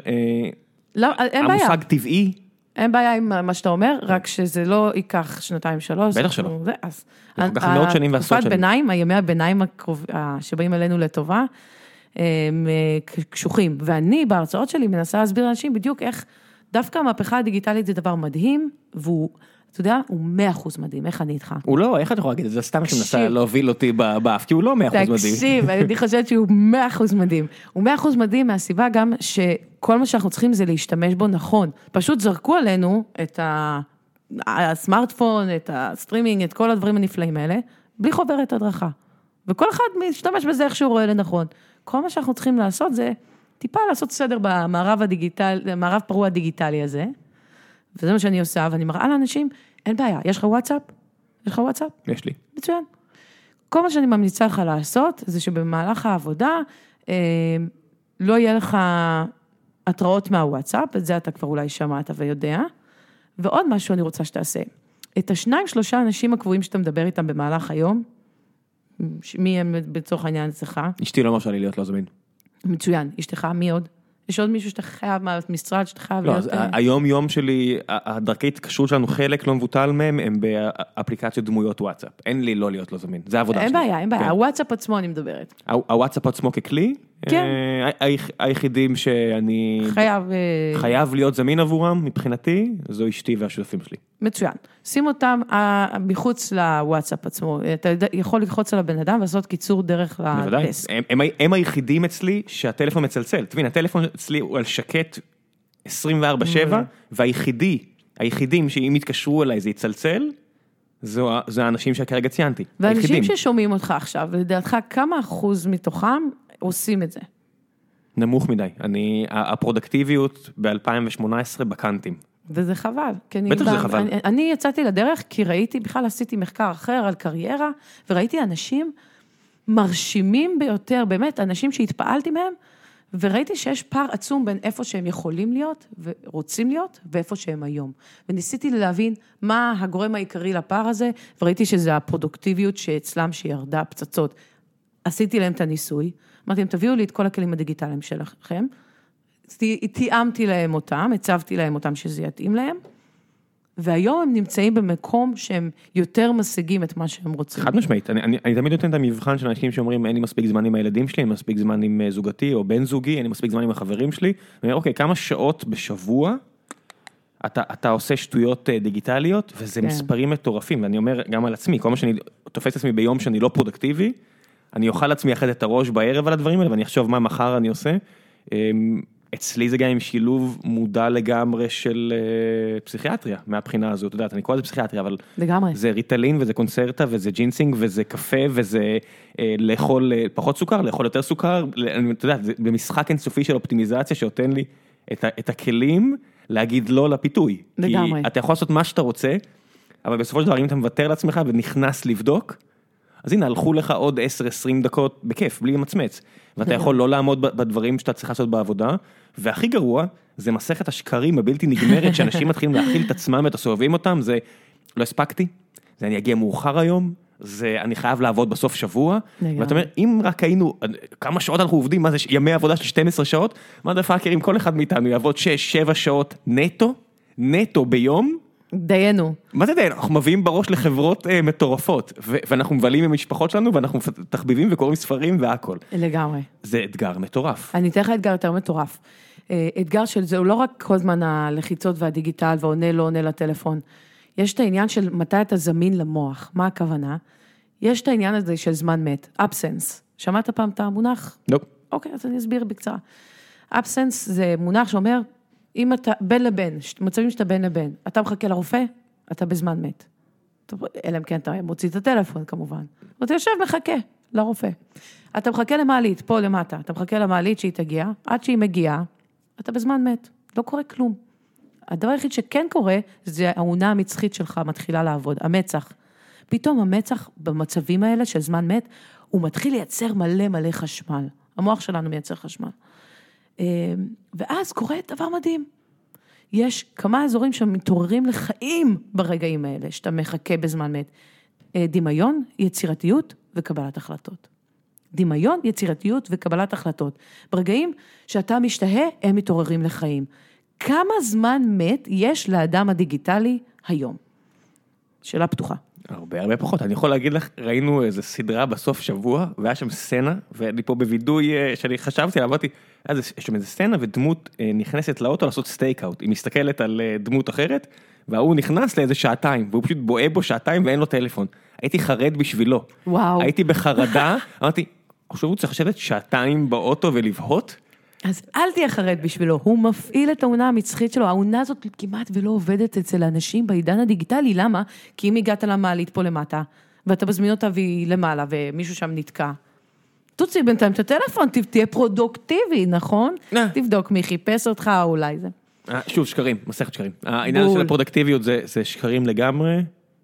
המושג טבעי, אין בעיה עם מה שאתה אומר, רק שזה לא ייקח 2-3. בטח שלא. כך מאות שנים ועשרות שנים. ביניים, הימי הביניים שבאים אלינו לטובה, הם קשוחים. ואני בהרצאות שלי מנסה להסביר לאנשים בדיוק איך דווקא המהפכה הדיגיטלית זה דבר מדהים, והוא, אתה יודע, הוא 100% מדהים. איך אני איתך? הוא לא, איך אתה יכול להגיד את זה? סתם שמנסה להוביל אותי באף, כי הוא לא 100% מדהים. תקשיב, אני חושבת שהוא 100% מדהים. הוא 100% מדהים מהסיבה גם שכל מה שאנחנו צריכים זה להשתמש בו נכון. פשוט זרקו עלינו את הסמארטפון, את הסטרימינג, את כל הדברים הנפלאים האלה, בלי חוברת הדרכה. וכל אחד משתמש בזה איך שהוא רואה לנכון. כל מה שאנחנו צריכים לעשות זה טיפה לעשות סדר במערב פרוע הדיגיטלי הזה, וזה מה שאני עושה, ואני מראה לאנשים, אין בעיה, יש לך וואטסאפ? יש לך וואטסאפ? יש לי. מצוין. כל מה שאני ממליצה לך לעשות, זה שבמהלך העבודה, לא יהיה לך התראות מהוואטסאפ, את זה אתה כבר אולי שמעת ויודע, ועוד משהו אני רוצה שתעשה. את 2-3 אנשים הקבועים שאתה מדבר איתם במהלך היום, מי הם בצורך העניין אצלך? אשתי לא מרשה לי להיות לא זמין. מצוין. אשתך, מי עוד? יש עוד מישהו שאתה חייב מהמשרד, שאתה חייב להיות... לא, היום יום שלי, הדרכי התקשרות שלנו, חלק לא מבוטל מהם, הם באפליקציות דמויות וואטסאפ. אין לי לא להיות לא זמין. זה העבודה שלי. אין בעיה, אין בעיה. הוואטסאפ עצמו אני מדברת. הוואטסאפ עצמו ככלי? כן. היחידים שאני... חייב להיות זמין עבורם, מבחינתי, זו אשתי והשותפים שלי. מצוין. שים אותם מחוץ לוואטסאפ עצמו. אתה יכול ללחוץ על הבן אדם ולעשות קיצור דרך לדסק. הם היחידים אצלי שהטלפון מצלצל. תבין, הטלפון אצלי הוא על שקט 24/7, והיחידים שאם יתקשרו אליי זה יצלצל, זה האנשים שכרגע ציינתי. ואנשים ששומעים אותך עכשיו, לדעתך כמה אחוז מתוכם עושים את זה? נמוך מדי. הפרודקטיביות ב-2018 בקנטים. וזה חבל. בטח זה חבל. אני יצאתי לדרך כי ראיתי, בכלל עשיתי מחקר אחר על קריירה, וראיתי אנשים מרשימים ביותר, באמת, אנשים שהתפעלתי מהם, וראיתי שיש פער עצום בין איפה שהם יכולים להיות, ורוצים להיות, ואיפה שהם היום. וניסיתי להבין מה הגורם העיקרי לפער הזה, וראיתי שזה הפרודוקטיביות שאצלם שירדה פצצות. עשיתי להם את הניסוי, אמרתי להם, תביאו לי את כל הכלים הדיגיטליים שלכם, תיאמתי להם אותם, הצבתי להם אותם שזה יתאים להם, והיום הם נמצאים במקום שהם יותר משיגים את מה שהם רוצים. חד משמעית, אני תמיד נותן את המבחן של אנשים שאומרים, אין לי מספיק זמן עם הילדים שלי, אין לי מספיק זמן עם זוגתי או בן זוגי, אין לי מספיק זמן עם החברים שלי, אני אומר, אוקיי, כמה שעות בשבוע אתה עושה שטויות דיגיטליות, וזה מספרים מטורפים, ואני אומר גם על עצמי, כל מה שאני תופס עצמי ביום שאני לא פרודקטיבי, אני אוכל לעצמי אחת את הראש בערב על הדברים האלה, ואני אחשוב מה מחר אני עושה. אצלי זה גם עם שילוב מודע לגמרי של פסיכיאטריה, מהבחינה הזאת, אתה יודעת, אני קורא לזה פסיכיאטריה, אבל לגמרי. זה ריטלין, וזה קונצרטה, וזה ג'ינסינג, וזה קפה, וזה לאכול פחות סוכר, לאכול יותר סוכר, אתה יודע, זה במשחק אינסופי של אופטימיזציה, שנותן לי את הכלים להגיד לא לפיתוי. לגמרי. כי אתה יכול לעשות מה שאתה רוצה, אבל בסופו של דבר, אם אתה מוותר לעצמך ונכנס לבדוק, אז הנה, הלכו לך עוד 10-20 דקות בכיף, בלי למצמץ. ואתה יכול לא לעמוד בדברים שאתה צריך לעשות בעבודה, והכי גרוע, זה מסכת השקרים הבלתי נגמרת, שאנשים מתחילים להכיל את עצמם ואת הסובבים אותם, זה לא הספקתי, זה אני אגיע מאוחר היום, זה אני חייב לעבוד בסוף שבוע, ואתה אומר, אם רק היינו, כמה שעות אנחנו עובדים, מה זה ימי עבודה של 12 שעות, מה דפאקר, אם כל אחד מאיתנו יעבוד 6-7 שעות נטו ביום, דיינו. מה זה דיינו? אנחנו מביאים בראש לחברות מטורפות, ואנחנו מבלים עם המשפחות שלנו, ואנחנו תחביבים וקוראים ספרים והכל. לגמרי. זה אתגר מטורף. אני אתן לך אתגר יותר מטורף. אתגר של זה הוא לא רק כל זמן הלחיצות והדיגיטל, ועונה לא עונה לטלפון. יש את העניין של מתי אתה זמין למוח. מה הכוונה? יש את העניין הזה של זמן מת. absence. שמעת פעם את המונח? לא. אוקיי, אז אני אסביר בקצרה. absence זה מונח שאומר, אם אתה בין לבין, מצבים שאתה בין לבין, אתה מחכה לרופא, אתה בזמן מת. אלא אם כן אתה מוציא את הטלפון כמובן. ואתה יושב מחכה לרופא. אתה מחכה למעלית, פה למטה, אתה מחכה למעלית שהיא תגיע, עד שהיא מגיעה, אתה בזמן מת, לא קורה כלום. הדבר היחיד שכן קורה, זה העונה המצחית שלך מתחילה לעבוד, המצח. פתאום המצח במצבים האלה של זמן מת, הוא מתחיל לייצר מלא חשמל. המוח שלנו מייצר חשמל. ואז קורה דבר מדהים. יש כמה אזורים שמתעוררים לחיים ברגעים האלה, שאתה מחכה בזמן מת. דמיון, יצירתיות וקבלת החלטות. דמיון, יצירתיות וקבלת החלטות. ברגעים שאתה משתהה, הם מתעוררים לחיים. כמה זמן מת יש לאדם הדיגיטלי היום? שאלה פתוחה. הרבה פחות. אני יכול להגיד לך, ראינו איזו סדרה בסוף שבוע, והיה שם סצנה, ואני פה בוידוי שאני חשבתי, עברתי, יש שם איזו סצנה, ודמות נכנסת לאוטו לעשות סטייקאוט. היא מסתכלת על דמות אחרת, והוא נכנס לאיזה שעתיים, והוא פשוט בואה בו שעתיים ואין לו טלפון. הייתי חרד בשבילו. וואו. הייתי בחרדה, אמרתי, עכשיו הוא צריך לשבת שעתיים באוטו ולבהות? אז אל תהיה חרד בשבילו, הוא מפעיל את העונה המצחית שלו, העונה הזאת כמעט ולא עובדת אצל האנשים בעידן הדיגיטלי, למה? כי אם הגעת למעלית פה למטה, ואתה מזמין אותה והיא למעלה, ומישהו שם נתקע, תוציא בינתיים את הטלפון, תהיה פרודוקטיבי, נכון? תבדוק מי חיפש אותך, אולי זה. שוב, שקרים, מסכת שקרים. העניין של הפרודקטיביות זה שקרים לגמרי,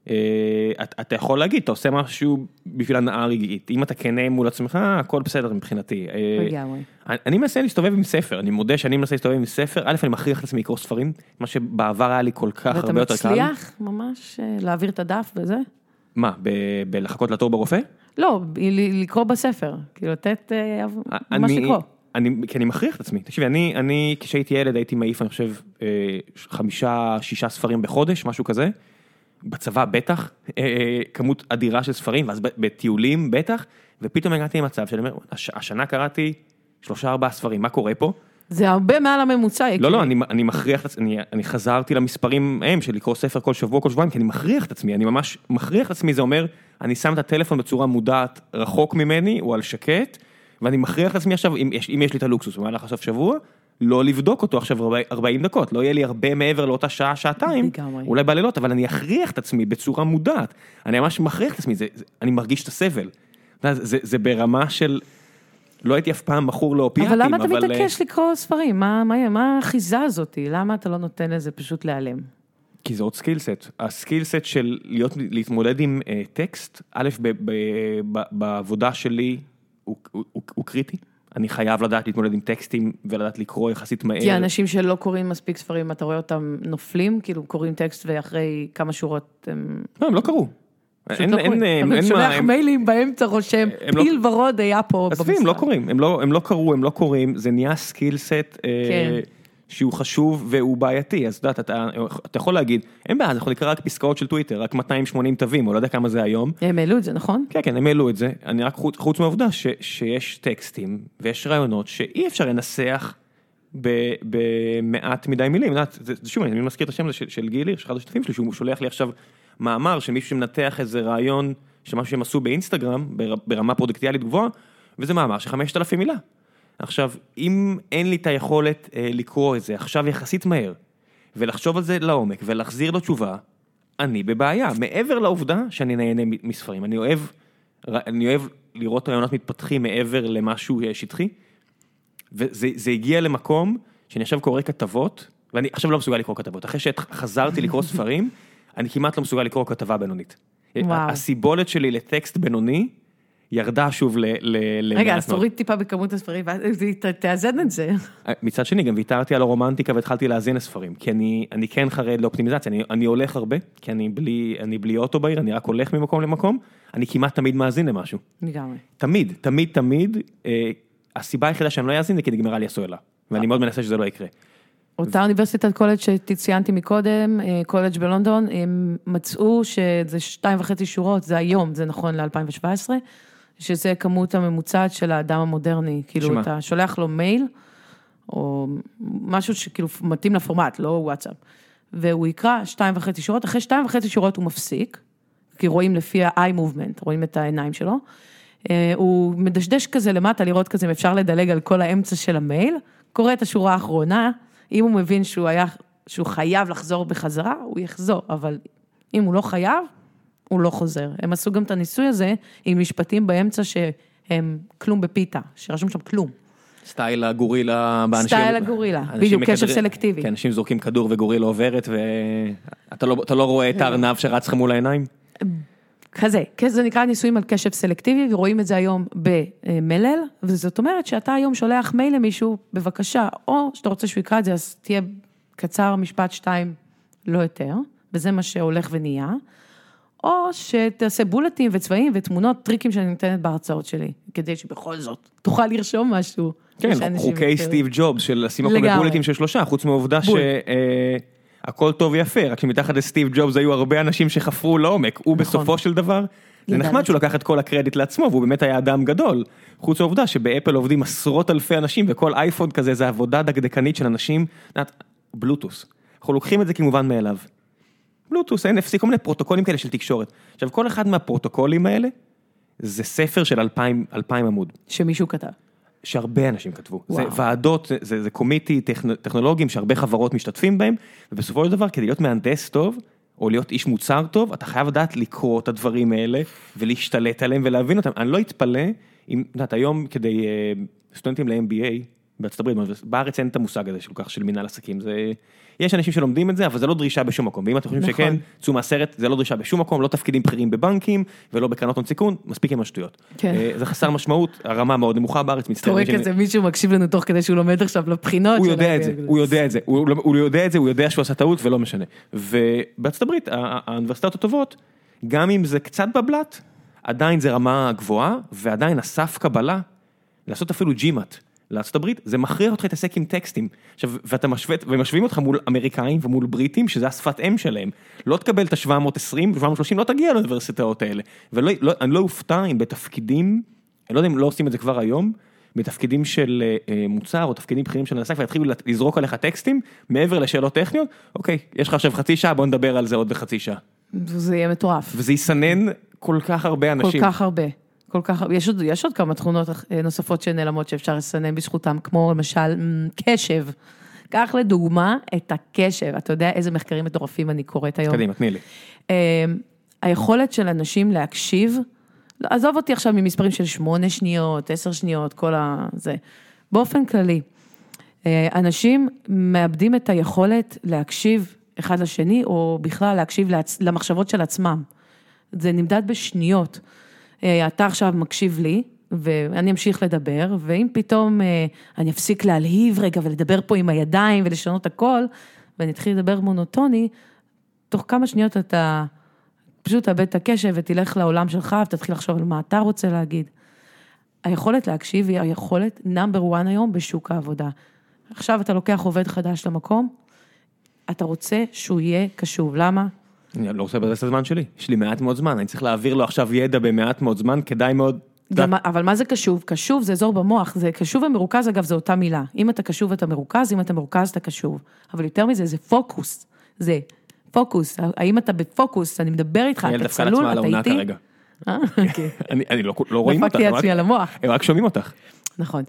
אתה יכול להגיד, אתה עושה משהו בשביל הנאה רגעית, אם אתה כנה מול עצמך, הכל בסדר מבחינתי. אני מנסה להסתובב עם ספר, אני מודה שאני מנסה להסתובב עם ספר, א' אני מכריח את עצמי לקרוא ספרים, מה שבעבר היה לי כל כך הרבה יותר קל. ואתה מצליח ממש להעביר את הדף וזה? מה, בלחכות לתור ברופא? לא, לקרוא בספר, כאילו לתת ממש לקרוא. כי אני מכריח את עצמי, תקשיבי, אני כשהייתי ילד הייתי מעיף, אני חושב, 5-6 ספרים בחודש, משהו כזה, בצבא בטח, כמות אדירה של ספרים, ואז בטיולים בטח, ופתאום הגעתי למצב שאני אומר, השנה קראתי 3-4 ספרים, מה קורה פה? זה הרבה מעל הממוצע. לא, אני מכריח, אני חזרתי למספרים הם, של לקרוא ספר כל שבוע, כל שבועיים, כי אני מכריח את עצמי, אני ממש מכריח את עצמי, זה אומר, אני שם את הטלפון בצורה מודעת, רחוק ממני, או על שקט, ואני מכריח את עצמי עכשיו, אם יש לי את הלוקסוס, במהלך הסוף שבוע, לא לבדוק אותו עכשיו 40 דקות, לא יהיה לי הרבה מעבר לאותה שעה, שעתיים, אולי בלילות, אבל אני אכריח את עצמי בצורה מודעת, אני ממש מכריח את עצמי, אני מרגיש את הסבל, זה ברמה של, לא הייתי אף פעם מכור לאופיאטים, אבל למה אתה מתעקש לקרוא ספרים? מה האחיזה הזאת? למה אתה לא נותן לזה פשוט להיעלם? כי זה עוד סקילסט, הסקילסט של להתמודד עם טקסט, א', בעבודה שלי הוא קריטי, אני חייב לדעת להתמודד עם טקסטים ולדעת לקרוא יחסית מהר. כי האנשים שלא קוראים מספיק ספרים, אתה רואה אותם נופלים, כאילו קוראים טקסט ואחרי כמה שורות הם... לא, הם לא קראו. אתה שולח מיילים באמצע רושם, פיל ורוד היה פה במשרד. הם לא קוראים, הם לא קראו, הם לא קוראים, זה נהיה סקילסט שהוא חשוב והוא בעייתי, אז אתה יכול להגיד, אין בעיה, אנחנו נקרא רק פסקאות של טוויטר, רק 280 תווים, או לא יודע כמה זה היום. הם העלו את זה, נכון? כן, כן, הם העלו את זה, אני רק חוץ מהעובדה שיש טקסטים ויש רעיונות שאי אפשר לנסח במעט מדי מילים, שוב, אני מזכיר את השם של גילי, שאחד השותפים שלי, שהוא שולח לי עכשיו מאמר של מישהו שמנתח איזה רעיון, שמשהו שהם עשו באינסטגרם, ברמה פרודקטיאלית גבוהה, וזה מאמר ש5,000 מילה. עכשיו, אם אין לי את היכולת לקרוא את זה עכשיו יחסית מהר, ולחשוב על זה לעומק, ולהחזיר לו תשובה, אני בבעיה. מעבר לעובדה שאני נהנה מספרים. אני אוהב לראות רעיונות מתפתחים מעבר למשהו שטחי, וזה הגיע למקום שאני עכשיו קורא כתבות, ואני עכשיו לא מסוגל לקרוא כתבות. אחרי שחזרתי לקרוא ספרים, אני כמעט לא מסוגל לקרוא כתבה בינונית. הסיבולת שלי לטקסט בינוני, ירדה שוב רגע, אז תוריד טיפה בכמות הספרים, תאזן את זה. מצד שני, גם ויתרתי על הרומנטיקה והתחלתי להזין הספרים, כי אני כן חרד לאופטימיזציה, אני הולך הרבה, כי אני בלי אוטו בעיר, אני רק הולך ממקום למקום, אני כמעט תמיד מאזין למשהו. לגמרי. תמיד, הסיבה היחידה שאני לא יאזין זה כי נגמרה לי הסוללה, ואני מאוד מנסה שזה לא יקרה. אותה אוניברסיטת קולג' שציינתי מקודם, קולג' בלונדון, הם מצאו שזה 2.5 שורות, זה היום, זה נכון ל-2017, שזה כמות הממוצעת של האדם המודרני, כאילו אתה שולח לו מייל, או משהו שכאילו מתאים לפורמט, לא וואטסאפ, והוא יקרא 2.5 שורות, אחרי 2.5 שורות הוא מפסיק, כי רואים לפי ה-eye movement, רואים את העיניים שלו, הוא מדשדש כזה למטה, לראות כזה, אם אפשר לדלג על כל האמצע של המייל, קורא את השורה האחרונה, אם הוא מבין שהוא חייב לחזור בחזרה, הוא יחזור, אבל אם הוא לא חייב, הוא לא חוזר. הם עשו גם את הניסוי הזה, עם משפטים באמצע שהם כלום בפיתה, שרשום שם כלום. סטייל הגורילה. סטייל הגורילה, בדיוק, קשב סלקטיבי. כן, אנשים זורקים כדור וגורילה עוברת, ואתה לא רואה את הארנב שרץ לך מול העיניים? כזה, זה נקרא ניסויים על קשב סלקטיבי, ורואים את זה היום במלל, וזאת אומרת שאתה היום שולח מייל למישהו, בבקשה, או שאתה רוצה שהוא יקרא את זה, אז תהיה קצר משפט 2, לא יותר, וזה מה שהולך ונהיה, או שתעשה בולטים וצבעים ותמונות, טריקים שאני נותנת בהרצאות שלי, כדי שבכל זאת תוכל לרשום משהו. כן, חוקי סטיב ג'ובס, של לשים הכל בבולטים של 3, חוץ מהעובדה הכל טוב ויפה, רק שמתחת לסטיב ג'ובס היו הרבה אנשים שחפרו לעומק, הוא בסופו של דבר, זה נחמד שהוא לקח את כל הקרדיט לעצמו, והוא באמת היה אדם גדול, חוץ מהעובדה שבאפל עובדים עשרות אלפי אנשים, וכל אייפון כזה זה עבודה דקדקנית של אנשים, בלוטוס, אנחנו לוקחים את זה כמובן מאליו, בלוטוס, NFC, כל מיני פרוטוקולים כאלה של תקשורת, עכשיו כל אחד מהפרוטוקולים האלה, זה ספר של 2,000 עמוד. שמישהו כתב. שהרבה אנשים כתבו, זה ועדות, זה קומיטי טכנולוגיים שהרבה חברות משתתפים בהם, ובסופו של דבר כדי להיות מהנדס טוב, או להיות איש מוצר טוב, אתה חייב לדעת לקרוא את הדברים האלה, ולהשתלט עליהם ולהבין אותם, אני לא אתפלא, אם, יודעת, היום כדי סטודנטים ל-MBA, בארצות הברית, בארץ אין את המושג הזה של מנהל עסקים, יש אנשים שלומדים את זה, אבל זה לא דרישה בשום מקום, ואם אתם חושבים שכן, צאו מהסרט, זה לא דרישה בשום מקום, לא תפקידים בכירים בבנקים, ולא בקרנות הון סיכון, מספיק עם השטויות. זה חסר משמעות, הרמה מאוד נמוכה בארץ, מצטער. תורא כזה, מישהו מקשיב לנו תוך כדי שהוא לומד עכשיו לבחינות. הוא יודע את זה, הוא יודע שהוא עשה טעות ולא משנה. ובארצות הברית, האוניברסיטאות הטובות, גם אם זה קצת בבלט, עדיין זה רמה גבוהה, ועדיין הסף קבלה, לעשות אפילו ג'ימאט. לארצות הברית, זה מכריח אותך להתעסק עם טקסטים. עכשיו, ומשווים אותך מול אמריקאים ומול בריטים, שזה השפת אם שלהם. לא תקבל את ה-720, 730, לא תגיע לאוניברסיטאות האלה. ואני לא אופתע אם בתפקידים, אני לא יודע אם לא עושים את זה כבר היום, בתפקידים של מוצר או תפקידים בכירים של עסק, ויתחילו לזרוק עליך טקסטים, מעבר לשאלות טכניות, אוקיי, יש לך עכשיו חצי שעה, בוא נדבר על זה עוד בחצי שעה. וזה יהיה מטורף. וזה יסנן כל כך הרבה אנשים. כל כך הרבה. כל כך, יש עוד כמה תכונות נוספות שנעלמות שאפשר לסנן בזכותם, כמו למשל קשב. קח לדוגמה את הקשב, אתה יודע איזה מחקרים מטורפים אני קוראת היום. קדימה, תני לי. היכולת של אנשים להקשיב, עזוב אותי עכשיו ממספרים של 8 שניות, 10 שניות, כל הזה. באופן כללי, אנשים מאבדים את היכולת להקשיב אחד לשני, או בכלל להקשיב למחשבות של עצמם. זה נמדד בשניות. אתה עכשיו מקשיב לי, ואני אמשיך לדבר, ואם פתאום אני אפסיק להלהיב רגע, ולדבר פה עם הידיים, ולשנות הכל, ואני אתחיל לדבר מונוטוני, תוך כמה שניות אתה פשוט תאבד את הקשב, ותלך לעולם שלך, ותתחיל לחשוב על מה אתה רוצה להגיד. היכולת להקשיב היא היכולת נאמבר 1 היום בשוק העבודה. עכשיו אתה לוקח עובד חדש למקום, אתה רוצה שהוא יהיה קשוב. למה? אני לא רוצה לבזבז את הזמן שלי. יש לי מעט מאוד זמן. אני צריך להעביר לו עכשיו ידע במעט מאוד זמן, כדאי מאוד... אבל מה זה קשוב? קשוב זה אזור במוח. זה קשוב ומרוכז, אגב, זה אותה מילה. אם אתה קשוב אתה מרוכז, אם אתה מרוכז אתה קשוב. אבל יותר מזה, זה פוקוס. זה פוקוס. האם אתה בפוקוס, אני מדבר איתך, אתה צלול, אתה איתי? אני לא רואים אותך. דפקתי עצמי על המוח. הם רק שומעים אותך. נכון.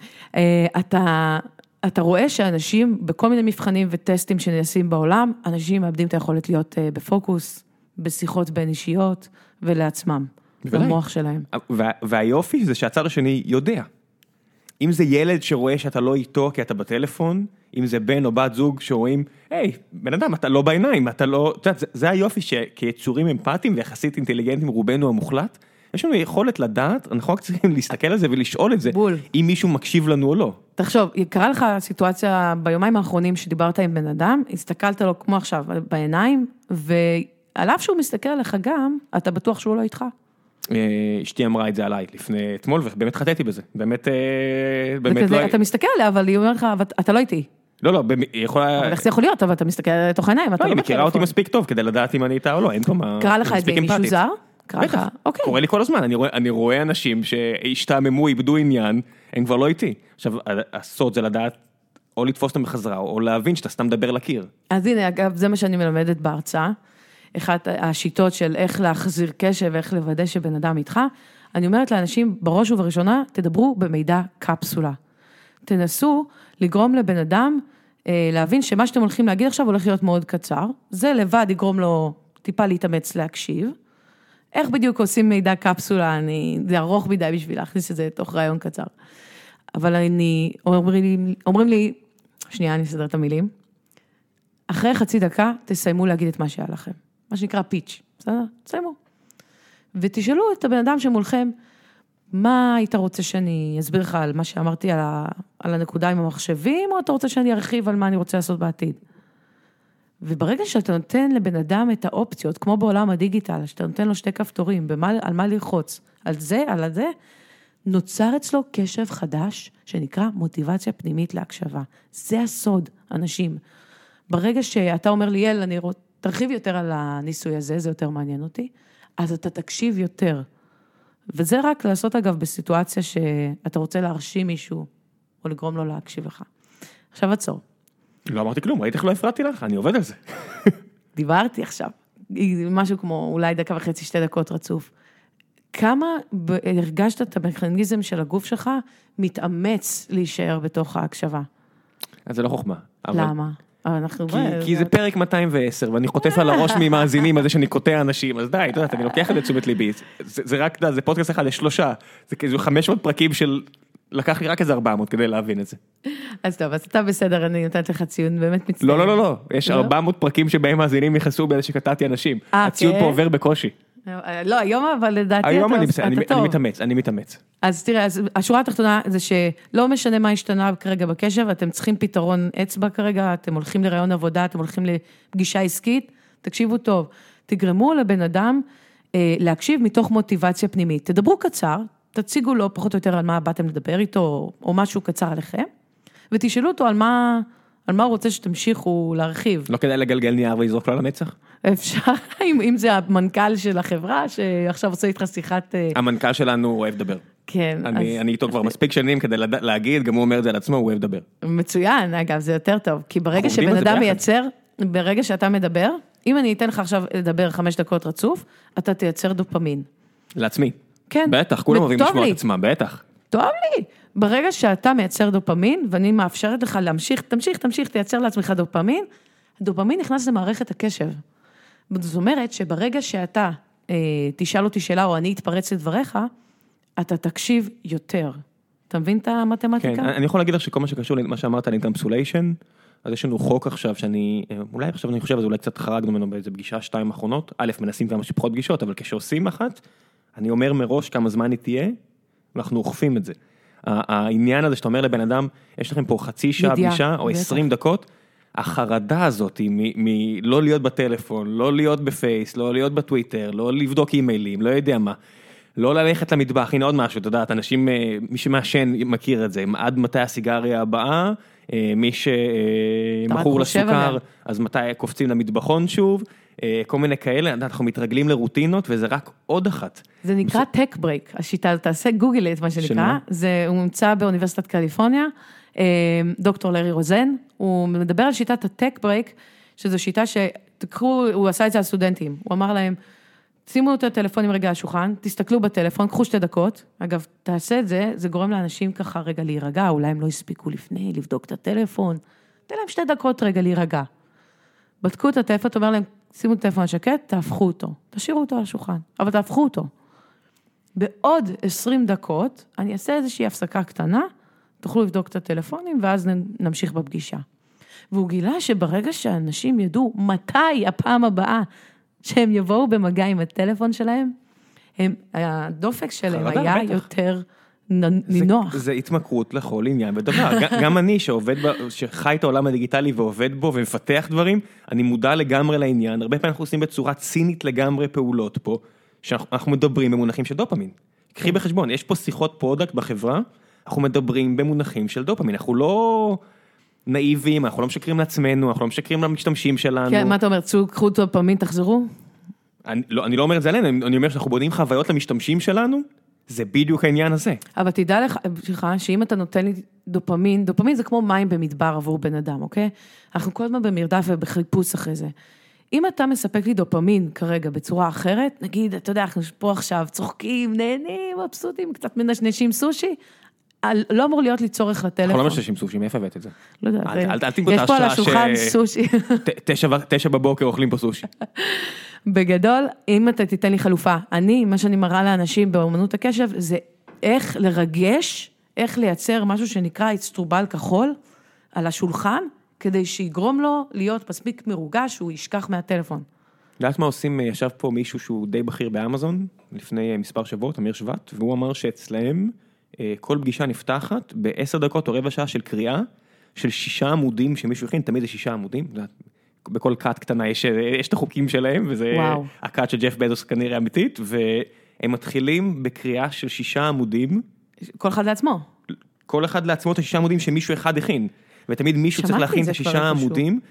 אתה רואה שאנשים, בכל מיני מבחנים וטסטים שנעשים בעולם, אנשים מאבדים את היכולת להיות בפוקוס, בשיחות בין אישיות ולעצמם, במוח שלהם. והיופי זה שהצד השני יודע. אם זה ילד שרואה שאתה לא איתו כי אתה בטלפון, אם זה בן או בת זוג שרואים, היי, בן אדם, אתה לא בעיניים, אתה לא... זה היופי שכיצורים אמפתיים ויחסית אינטליגנטים רובנו המוחלט, יש לנו יכולת לדעת, אנחנו רק צריכים להסתכל על זה ולשאול את זה, אם מישהו מקשיב לנו או לא. תחשוב, קרה לך סיטואציה ביומיים האחרונים שדיברת עם בן אדם, הסתכלת לו כמו עכשיו בעיניים, ועל אף שהוא מסתכל עליך גם, אתה בטוח שהוא לא איתך. אשתי אמרה את זה עליי לפני אתמול, ובאמת חטאתי בזה. באמת לא... אתה מסתכל עליה, אבל היא אומרת לך, אתה לא איתי. לא, היא יכולה... אבל איך זה יכול להיות, אבל אתה מסתכל לתוך העיניים, אתה לא היא מכירה אותי מספיק טוב, כדי לדעת אם אני איתה או לא, אין פה מה... קרה לך את זה עם מישהו זר? בטח, קורה לי כל הזמן, אני רואה אנשים שהשתעממו, איבדו עניין, הם כבר לא איתי. עכשיו, הסוד זה לדעת או לתפוס אותם בחזרה, או להבין שאתה סתם מדבר לקיר. אז הנה, אגב, זה מה שאני מלמדת בהרצאה, אחת השיטות של איך להחזיר קשב, ואיך לוודא שבן אדם איתך, אני אומרת לאנשים, בראש ובראשונה, תדברו במידע קפסולה. תנסו לגרום לבן אדם, להבין שמה שאתם הולכים להגיד עכשיו הולך להיות מאוד קצר, זה לבד יגרום לו טיפה להתאמץ להקשיב, איך בדיוק עושים מידע קפסולה, זה ארוך מדי בשביל להכניס את זה תוך רעיון קצר. אבל אומרים לי, שנייה, אני אסדר את המילים, אחרי חצי דקה, תסיימו להגיד את מה שהיה לכם. מה שנקרא פיץ', בסדר? תסיימו. ותשאלו את הבן אדם שמולכם, מה היית רוצה שאני אסביר לך על מה שאמרתי על הנקודה עם המחשבים, או אתה רוצה שאני ארחיב על מה אני רוצה לעשות בעתיד? וברגע שאתה נותן לבן אדם את האופציות, כמו בעולם הדיגיטל, שאתה נותן לו 2 כפתורים, על מה ללחוץ, על זה, נוצר אצלו קשב חדש, שנקרא מוטיבציה פנימית להקשבה. זה הסוד, אנשים. ברגע שאתה אומר לי, יל, תרחיב יותר על הניסוי הזה, זה יותר מעניין אותי, אז אתה תקשיב יותר. וזה רק לעשות, אגב, בסיטואציה שאתה רוצה להרשים מישהו, או לגרום לו להקשיב לך. עכשיו עצור. לא אמרתי כלום, ראיתי איך לא הפרעתי לך, אני עובד על זה. דיברתי עכשיו, משהו כמו אולי 1.5 2 דקות רצוף. כמה הרגשת את המכניזם של הגוף שלך, מתאמץ להישאר בתוך ההקשבה? אז זה לא חוכמה. למה? כי זה פרק 210, ואני חוטף על הראש ממאזינים על זה שאני קוטע אנשים, אז די, אתה יודעת, אני לוקח את זה תשומת ליבי. זה רק, זה פודקאסט אחד, יש 3, זה כאילו 500 פרקים של... לקח לי רק איזה 400 כדי להבין את זה. אז טוב, אז אתה בסדר, אני נותנת לך ציון, באמת מצטער. לא, יש 400 פרקים שבהם מאזינים יחסו באיזה שקטעתי אנשים. הציון פה עובר בקושי. לא, היום אבל לדעתי היום אני מתאמץ. אז תראה, השורה התחתונה זה שלא משנה מה השתנה כרגע בקשב, אתם צריכים פתרון אצבע כרגע, אתם הולכים לרעיון עבודה, אתם הולכים לפגישה עסקית, תקשיבו טוב, תגרמו לבן אדם להקשיב מתוך מוטיבציה פנימית. תדברו קצר, תציגו לו פחות או יותר על מה באתם לדבר איתו, או משהו קצר עליכם, ותשאלו אותו על מה הוא רוצה שתמשיכו להרחיב. לא כדאי לגלגל נייר ולזרוק לו למצח? אפשר, אם זה המנכ"ל של החברה, שעכשיו עושה איתך שיחת... המנכ"ל שלנו אוהב לדבר. כן. אני איתו כבר מספיק שנים כדי להגיד, גם הוא אומר את זה על עצמו, הוא אוהב לדבר. מצוין, אגב, זה יותר טוב, כי ברגע שבן אדם מייצר, ברגע שאתה מדבר, אם אני אתן לך עכשיו לדבר 5 דקות רצוף, אתה תייצר דופמין. לעצמי. כן. בטח, כולם אוהבים לשמוע את עצמם, בטח. טוב לי. ברגע שאתה מייצר דופמין, ואני מאפשרת לך להמשיך, תמשיך, תייצר לעצמך דופמין, הדופמין נכנס למערכת הקשב. זאת אומרת שברגע שאתה תשאל אותי שאלה, או אני אתפרץ לדבריך, אתה תקשיב יותר. אתה מבין את המתמטיקה? כן, אני יכול להגיד לך שכל מה שקשור למה שאמרת על אינקמפסוליישן, אז יש לנו חוק עכשיו שאני, אולי עכשיו אני חושב, אז אולי קצת חרגנו ממנו באיזה פגישה 2 האחרונות, א', מנסים כמה שפחות פגישות, אבל כשעושים אחת, אני אומר מראש כמה זמן היא תהיה, ואנחנו אוכפים את זה. העניין הזה שאתה אומר לבן אדם, יש לכם פה חצי שעה פגישה, או 20 דקות, החרדה הזאת מלא להיות בטלפון, לא להיות בפייס, לא להיות בטוויטר, לא לבדוק אימיילים, לא יודע מה, לא ללכת למטבח, הנה עוד משהו, אתה יודע, אנשים, מי שמעשן מכיר את זה, עד מתי הסיגריה הבאה, מי שמכור לסוכר, אז מתי קופצים למטבחון שוב, כל מיני כאלה, אנחנו מתרגלים לרוטינות, וזה רק עוד אחת. זה נקרא טק ברייק, השיטה, תעשה גוגל מה שנקרא, הוא נמצא באוניברסיטת קליפורניה, דוקטור לארי רוזן, הוא מדבר על שיטת הטק ברייק, שזו שיטה שתקחו, הוא עשה את זה על סטודנטים, הוא אמר להם, שימו את הטלפונים רגע על השולחן, תסתכלו בטלפון, קחו 2 דקות, אגב, תעשה את זה, זה גורם לאנשים ככה רגע להירגע, אולי הם לא הספיקו לפני, לבדוק את הטלפון, תן להם 2 דקות רגע להירגע. בדקו את הטלפון, אומר להם, שימו את הטלפון השקט, תהפכו אותו, תשאירו אותו על השולחן, אבל תהפכו אותו. בעוד 20 דקות, אני אעשה איזושהי הפסקה קטנה, תוכלו לבדוק את הטלפונים, ואז נמשיך בפגישה. והוא גילה שברגע שאנשים ידעו מתי הפעם הבאה, שהם יבואו במגע עם הטלפון שלהם, הדופק שלהם היה יותר נינוח. זה התמכרות לכל עניין ודבר. גם אני שחי את העולם הדיגיטלי ועובד בו ומפתח דברים, אני מודע לגמרי לעניין. הרבה פעמים אנחנו עושים בצורה צינית לגמרי פעולות פה, שאנחנו מדברים במונחים של דופמין. קחי בחשבון, יש פה שיחות פרודקט בחברה, אנחנו מדברים במונחים של דופמין. אנחנו לא נאיבים, אנחנו לא משקרים לעצמנו, אנחנו לא משקרים למשתמשים שלנו. כן, מה אתה אומר, קחו דופמין, תחזרו? אני לא אומר את זה עלינו, אני אומר שאנחנו בונים חוויות למשתמשים שלנו, זה בדיוק העניין הזה. אבל תדע לך, שאם אתה נותן לי דופמין, דופמין זה כמו מים במדבר עבור בן אדם, אוקיי? אנחנו כל הזמן במרדף ובחיפוש אחרי זה. אם אתה מספק לי דופמין כרגע בצורה אחרת, נגיד, אתה יודע, אנחנו פה עכשיו צוחקים, נהנים, מבסוטים, קצת מנשנשים סושי, לא אמור להיות לי צורך לטלפון. אנחנו לא משתמשים סושי, מאיפה הבאת את זה? לא יודע, יש פה על השולחן סושי. 9 בבוקר אוכלים פה סושי. בגדול, אם אתה תיתן לי חלופה, מה שאני מראה לאנשים באמנות הקשב, זה איך לרגש, איך לייצר משהו שנקרא אצטרובל כחול על השולחן, כדי שיגרום לו להיות מספיק מרוגש, שהוא ישכח מהטלפון. יודעת מה עושים, ישב פה מישהו שהוא די בכיר באמזון, לפני מספר שבועות, אמיר שבט, והוא אמר שאצלהם, כל פגישה נפתחת ב10 דקות או רבע שעה של קריאה, של 6 עמודים שמישהו הכין, תמיד זה 6 עמודים, בכל קאט קטנה יש את החוקים שלהם, וזה הקאט של ג'ף בזוס כנראה אמיתית, והם מתחילים בקריאה של 6 עמודים. כל אחד לעצמו. כל אחד לעצמו את 6 עמודים שמישהו אחד הכין, ותמיד מישהו צריך להכין את 6 עמודים,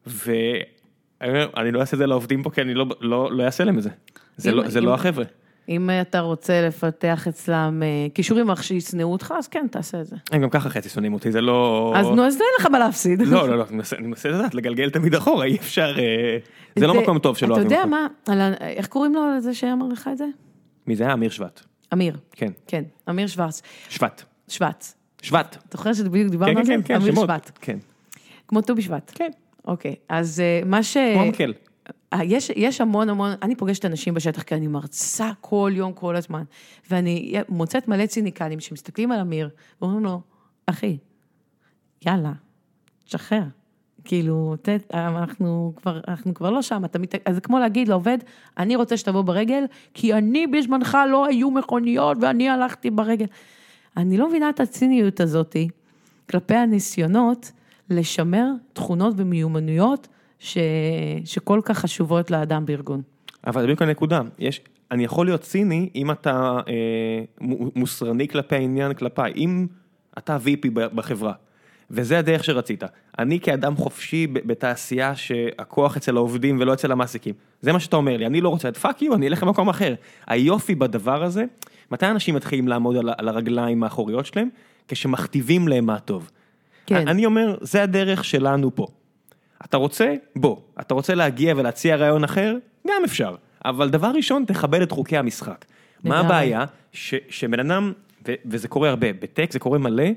ואני לא אעשה את זה לעובדים פה, כי אני לא אעשה להם את זה. זה לא החבר'ה. אם אתה רוצה לפתח אצלם קישורים שישנאו אותך, אז כן, תעשה את זה. הם גם ככה חצי שונאים אותי, זה לא... אז נו, אז אין לך מה להפסיד. לא, אני מנסה לדעת, לגלגל תמיד אחורה, אי אפשר... זה לא מקום טוב שלא אוהבים אותו. אתה יודע מה, איך קוראים לו לזה שאמר לך את זה? מי זה היה? אמיר שבט. אמיר. כן. כן, אמיר שוורץ. שבט. שבט. שבט. אתה זוכר שבדיוק דיברנו על זה? כן, אמיר שבט. כן. כמו ט"ו בשבט. כן. אוקיי, אז מה כמו המקל. יש המון, אני פוגשת אנשים בשטח, כי אני מרצה כל יום, כל הזמן, ואני מוצאת מלא ציניקנים שמסתכלים על אמיר, ואומרים לו, אחי, יאללה, שחרר. כאילו, אנחנו כבר לא שם, אז זה כמו להגיד לעובד, אני רוצה שתבוא ברגל, כי אני בזמנך לא היו מכוניות, ואני הלכתי ברגל. אני לא מבינה את הציניות הזאת, כלפי הניסיונות, לשמר תכונות ומיומנויות, שכל כך חשובות לאדם בארגון. אבל זה בדיוק הנקודה, אני יכול להיות ציני, אם אתה מוסרני כלפי העניין כלפיי, אם אתה VP בחברה, וזה הדרך שרצית. אני כאדם חופשי בתעשייה שהכוח אצל העובדים ולא אצל המעסיקים. זה מה שאתה אומר לי, אני לא רוצה, פאק יו, אני אלך למקום אחר. היופי בדבר הזה, מתי אנשים מתחילים לעמוד על הרגליים האחוריות שלהם? כשמכתיבים להם מה טוב. כן. אני אומר, זה הדרך שלנו פה. אתה רוצה? בוא. אתה רוצה להגיע ולהציע רעיון אחר? גם אפשר. אבל דבר ראשון, תכבד את חוקי המשחק. מה הבעיה? שבן אדם, וזה קורה הרבה, בטק זה קורה מלא,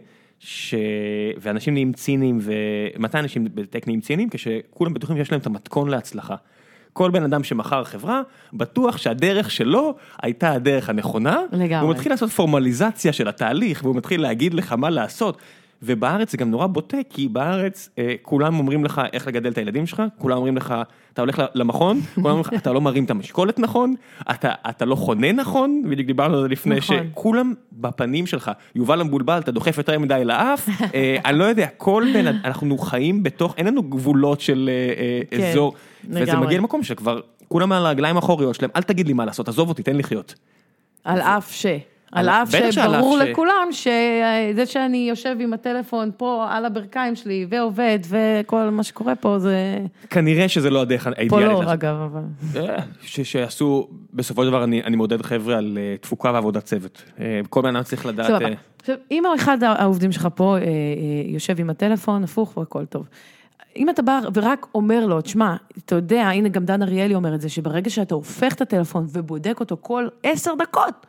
ואנשים נהיים ציניים, ומתי אנשים בטק נהיים ציניים? כשכולם בטוחים שיש להם את המתכון להצלחה. כל בן אדם שמחר חברה, בטוח שהדרך שלו הייתה הדרך הנכונה, והוא מתחיל לעשות פורמליזציה של התהליך, והוא מתחיל להגיד לך מה לעשות, ובארץ זה גם נורא בוטה, כי בארץ כולם אומרים לך איך לגדל את הילדים שלך, כולם אומרים לך, אתה הולך למכון, כולם אומרים לך, אתה לא מרים את המשקולת נכון, אתה לא חונה נכון, בדיוק דיברנו על זה לפני, שכולם בפנים שלך, יובל המבולבל, אתה דוחף יותר מדי לאף, אני לא יודע, כל בן, אנחנו חיים בתוך, אין לנו גבולות של אזור, וזה מגיע למקום שכבר, כולם על הרגליים האחוריות שלהם, אל תגיד לי מה לעשות, עזוב אותי, תן לחיות. על אף שברור לכולם שזה שאני יושב עם הטלפון פה על הברכיים שלי ועובד וכל מה שקורה פה זה... כנראה שזה לא הדרך האידיאלית. פה לא, אגב, אבל... שעשו, בסופו של דבר אני מעודד חבר'ה על תפוקה ועבודת צוות. כל בן אדם צריך לדעת... אם אחד העובדים שלך פה יושב עם הטלפון, הפוך והכל טוב. אם אתה בא ורק אומר לו, תשמע, אתה יודע, הנה גם דן אריאלי אומר את זה, שברגע שאתה הופך את הטלפון ובודק אותו כל 10 דקות,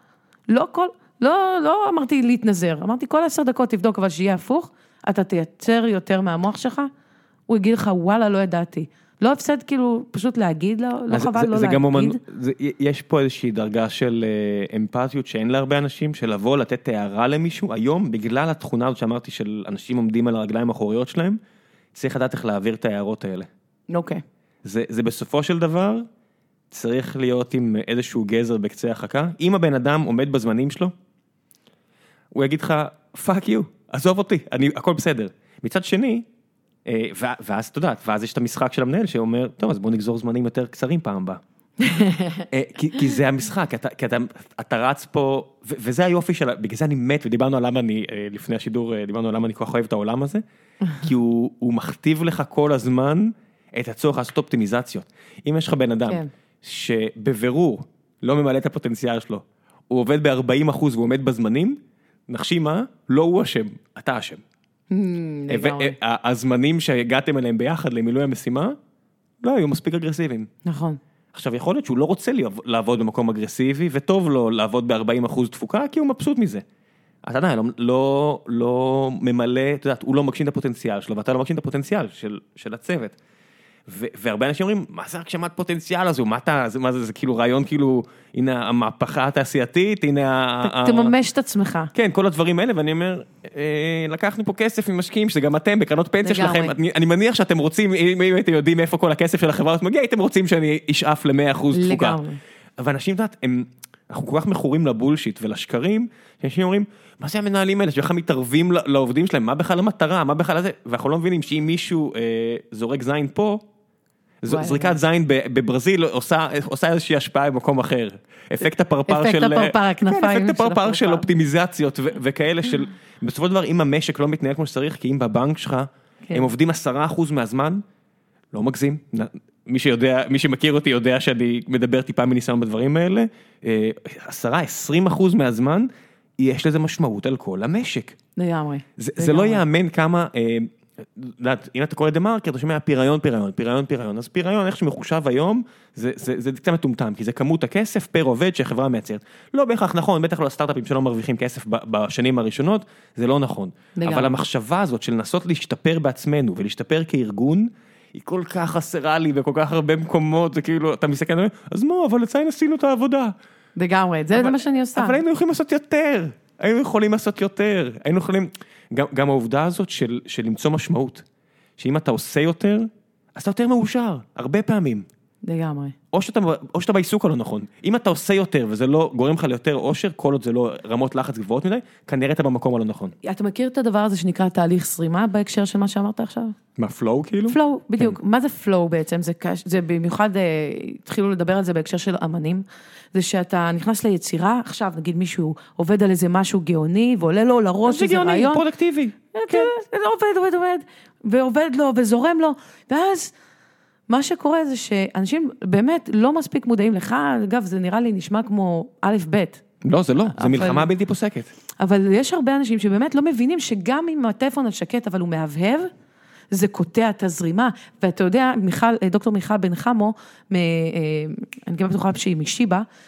לא אמרתי להתנזר, אמרתי כל 10 דקות תבדוק, אבל שיהיה הפוך, אתה תייצר יותר מהמוח שלך, הוא יגיד לך, וואלה, לא ידעתי. לא הפסד כאילו פשוט להגיד, לא חבל לא להגיד. יש פה איזושהי דרגה של אמפתיות שאין להרבה אנשים, של לבוא לתת הערה למישהו, היום בגלל התכונה הזאת שאמרתי של אנשים עומדים על הרגליים האחוריות שלהם, צריך לדעת איך להעביר את ההערות האלה. אוקיי. זה בסופו של דבר, צריך להיות עם איזשהו גזר בקצה החכה. אם הבן אדם עומד בזמנים שלו, הוא יגיד לך, fuck you, עזוב אותי, הכל בסדר. מצד שני, ואז אתה יודעת, ואז יש את המשחק של המנהל שאומר, טוב, אז בוא נגזור זמנים יותר קצרים פעם הבאה. כי זה המשחק, כי אתה רץ פה, וזה היופי של, בגלל זה אני מת, ודיברנו על למה אני, לפני השידור, דיברנו על למה אני כל כך אוהב את העולם הזה, כי הוא מכתיב לך כל הזמן את הצורך לעשות אופטימיזציות. אם יש לך בן אדם, שבבירור לא ממלא את הפוטנציאל שלו, הוא עובד ב-40% והוא עומד בזמנים, נחשי מה? לא הוא אשם, אתה אשם. הזמנים שהגעתם אליהם ביחד למילוי המשימה, לא היו מספיק אגרסיביים. נכון. עכשיו יכול להיות שהוא לא רוצה לעבוד במקום אגרסיבי, וטוב לו לעבוד ב-40% תפוקה, כי הוא מבסוט מזה. אתה יודע, לא ממלא, אתה יודע, הוא לא מגשים את הפוטנציאל שלו, ואתה לא מגשים את הפוטנציאל של הצוות. והרבה אנשים אומרים, מה זה הגשמת פוטנציאל הזו? מה זה כאילו רעיון, כאילו, הנה המהפכה התעשייתית, הנה... תממש את עצמך. כן, כל הדברים האלה, ואני אומר, לקחנו פה כסף ממשקיעים, שזה גם אתם, בקרנות פנסיה שלכם, אני מניח שאתם רוצים, אם אתם יודעים איפה כל הכסף של החברה מגיע, הייתם רוצים שאני אשאף ל-100% תפוקה. אבל אנשים, יודעת, אנחנו כל כך מכורים לבולשיט ולשקרים, שאנשים אומרים, מה זה המנהלים האלה, שבכלל מתערבים לעובדים שלהם, מה בכלל המטרה, מה בכלל הזה, ואנחנו לא מבינים שאם מישהו זורק זין פה, זריקת זין בברזיל עושה איזושהי השפעה במקום אחר. אפקט הפרפר של... אפקט הפרפר של אופטימיזציות וכאלה של... בסופו של דבר, אם המשק לא מתנהל כמו שצריך, כי אם בבנק שלך, הם עובדים 10% מהזמן, לא מגזים. מי שמכיר אותי יודע שאני מדבר טיפה מניסיון בדברים האלה, 10-20% מהזמן, יש לזה משמעות על כל המשק. לגמרי. זה לא יאמן כמה... אם אתה קורא דה מרקר, אתה שומע פיריון, אז פיריון, איך שמחושב היום, זה קצת מטומטם, כי זה כמות הכסף פר עובד שהחברה מייצרת. לא בהכרח נכון, בטח לא הסטארט-אפים שלא מרוויחים כסף בשנים הראשונות, זה לא נכון. אבל המחשבה הזאת של לנסות להשתפר בעצמנו, ולהשתפר כארגון, היא כל כך חסרה לי, וכל כך הרבה מקומות, זה כאילו, אתה מסתכל, אז מה, אבל לציין עשינו את העבודה. לגמרי, זה מה שאני עושה. אבל היינו יכולים לעשות יותר. היינו יכולים, גם העובדה הזאת של למצוא משמעות, שאם אתה עושה יותר, אז אתה יותר מאושר, הרבה פעמים. לגמרי. או שאתה בעיסוק הלא נכון. אם אתה עושה יותר, וזה לא גורם לך ליותר אושר, כל עוד זה לא רמות לחץ גבוהות מדי, כנראה אתה במקום הלא נכון. אתה מכיר את הדבר הזה שנקרא תהליך זרימה, בהקשר של מה שאמרת עכשיו? מה, flow כאילו? flow, בדיוק. מה זה flow בעצם? זה במיוחד, התחילו לדבר על זה בהקשר של אמנים, זה שאתה נכנס ליצירה, עכשיו נגיד מישהו עובד על איזה משהו גאוני, ועולה לו לראש איזה רעיון. זה גאוני, פרודקטיבי. עובד, ועובד לו, וזורם לו, ואז מה שקורה זה שאנשים באמת לא מספיק מודעים לך, אגב, זה נראה לי נשמע כמו א' ב'. לא, זה לא, זה מלחמה בלתי פוסקת. אבל יש הרבה אנשים שבאמת לא מבינים שגם אם הטלפון השקט, אבל הוא מהבהב, זה קוטע את הזרימה, ואתה יודע, דוקטור מיכל בן חמו, אני גם בטוחה שהיא משיבה,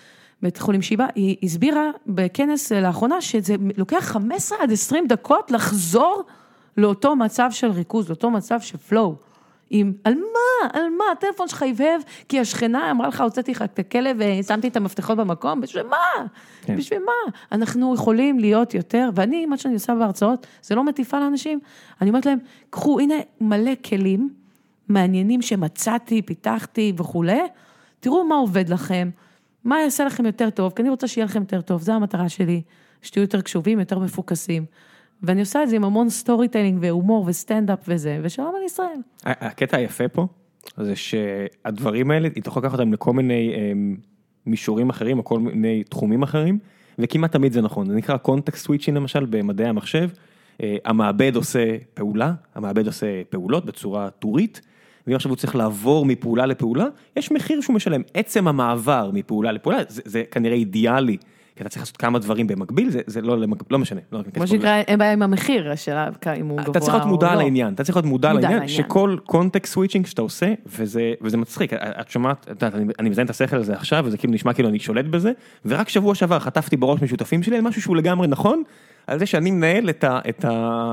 בית חולים שיבא, היא הסבירה בכנס לאחרונה, שזה לוקח 15 עד 20 דקות לחזור לאותו מצב של ריכוז, לאותו מצב של פלואו. על מה? הטלפון שלך יבהב, כי השכנה אמרה לך, הוצאתי לך את הכלב ושמתי את המפתחות במקום, בשביל מה? כן. בשביל מה? אנחנו יכולים להיות יותר, ואני, מה שאני עושה בהרצאות, זה לא מטיפה לאנשים, אני אומרת להם, קחו, הנה מלא כלים, מעניינים שמצאתי, פיתחתי וכו', תראו מה עובד לכם, מה יעשה לכם יותר טוב, כי אני רוצה שיהיה לכם יותר טוב, זו המטרה שלי, שתהיו יותר קשובים, יותר מפוקסים, ואני עושה את זה עם המון סטורי טיילינג והומור וסטנדאפ וזה, ושלום על ישראל. הקטע היפה פה, זה שהדברים האלה, היא תוכל לקחת אותם לכל מיני מישורים אחרים, או כל מיני תחומים אחרים, וכמעט תמיד זה נכון. זה נקרא קונטקסט סוויצ'ינג למשל, במדעי המחשב, המעבד עושה פעולה, המעבד עושה פעולות בצורה טורית, ואם עכשיו הוא צריך לעבור מפעולה לפעולה, יש מחיר שהוא משלם. עצם המעבר מפעולה לפעולה, זה כנראה אידיאלי, כי אתה צריך לעשות כמה דברים במקביל, זה לא משנה. כמו שקרה, אין בעיה עם המחיר, השאלה אם הוא גבוה או לא. אתה צריך להיות מודע לעניין, אתה צריך להיות מודע לעניין, שכל קונטקסט סוויצ'ינג שאתה עושה, וזה מצחיק, את שומעת, אני מזיין את השכל הזה עכשיו, וזה כאילו נשמע כאילו אני שולט בזה, ורק שבוע שעבר חטפתי בראש משותפים שלי, על משהו שהוא לגמרי נכון, על זה שאני מנהל את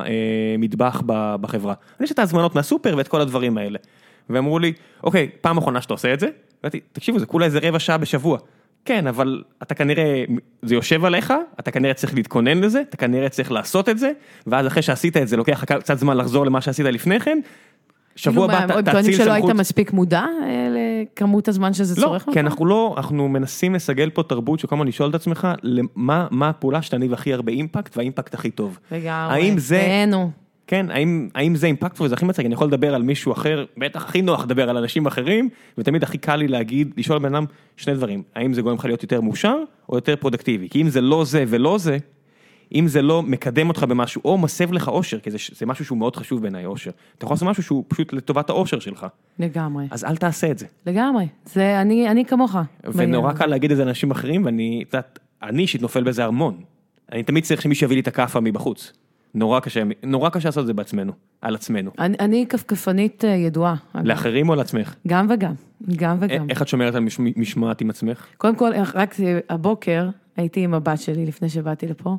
המטבח בחברה. אני יש את ההזמנות מהסופר ואת כל הדברים האלה. ואמרו לי, אוקיי, פעם אחרונה שאתה עושה את זה, תקשיבו, זה כולה איזה רבע שעה בשבוע. כן, אבל אתה כנראה, זה יושב עליך, אתה כנראה צריך להתכונן לזה, אתה כנראה צריך לעשות את זה, ואז אחרי שעשית את זה, לוקח קצת זמן לחזור למה שעשית לפני כן, שבוע הבא תאציל סמכות. טוענים שלא היית מספיק מודע לכמות הזמן שזה צורך? לא, כי אנחנו מנסים לסגל פה תרבות, שכל הזמן לשאול את עצמך, מה הפעולה שתניב הכי הרבה אימפקט, והאימפקט הכי טוב. לגמרי, תהנו. כן, האם זה אימפקט וזה הכי מצחיק, אני יכול לדבר על מישהו אחר, בטח הכי נוח לדבר על אנשים אחרים, ותמיד הכי קל לי להגיד, לשאול בן אדם שני דברים, האם זה גורם לך להיות יותר מאושר, או יותר פרודקטיבי, כי אם זה לא זה ולא זה, אם זה לא מקדם אותך במשהו, או מסב לך אושר, כי זה משהו שהוא מאוד חשוב בעיניי, אושר, אתה יכול לעשות משהו שהוא פשוט לטובת האושר שלך. לגמרי. אז אל תעשה את זה. לגמרי, זה אני כמוך. ונורא קל להגיד את זה לאנשים אחרים, ואני אישית נופל בזה המון. אני תמיד צריך שמישהו יביא לי את הקפה מבחוץ. נורא קשה לעשות את זה בעצמנו, על עצמנו. אני כפכפנית ידועה. לאחרים או לעצמך? גם וגם, גם וגם. איך את שומרת על משמעת עם עצמך? קודם כל, רק הבוקר הייתי עם הבת שלי לפני שבאתי לפה,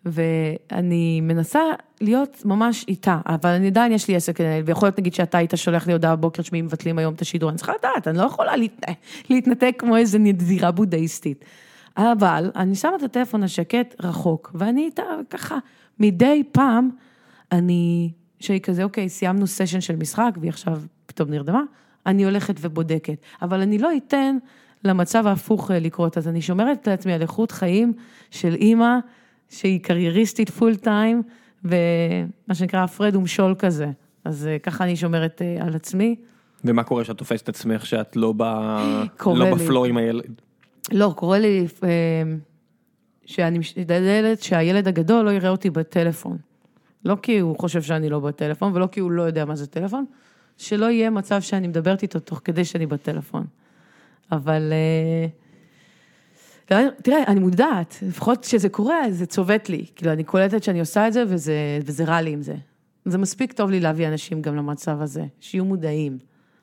ואני מנסה להיות ממש איתה, אבל אני עדיין יש לי עסק לנהל, ויכול להיות נגיד שאתה היית שולח לי הודעה בבוקר, שמי מבטלים היום את השידור, אני צריכה לדעת, אני לא יכולה להתנתק כמו איזה נדירה בודהיסטית. אבל אני שמה את הטלפון השקט רחוק, ואני איתה ככה, מדי פעם, שהיא כזה, אוקיי, סיימנו סשן של משחק, והיא עכשיו פתאום נרדמה, אני הולכת ובודקת, אבל אני לא אתן למצב ההפוך לקרות, אז אני שומרת לעצמי על איכות חיים של אימא, שהיא קרייריסטית פול טיים, ומה שנקרא הפרד ומשול כזה, אז ככה אני שומרת על עצמי. ומה קורה שאת תופסת את עצמך, שאת לא בפלואו עם הילד? לא, קורה לי שאני משתדלת שהילד הגדול לא יראה אותי בטלפון. לא כי הוא חושב שאני לא בטלפון, ולא כי הוא לא יודע מה זה טלפון, שלא יהיה מצב שאני מדברת איתו תוך כדי שאני בטלפון. אבל, תראה, אני מודעת, לפחות כשזה קורה, זה צובט לי. כאילו, אני קולטת שאני עושה את זה, וזה רע לי עם זה. זה מספיק טוב לי להביא אנשים גם למצב הזה, שיהיו מודעים.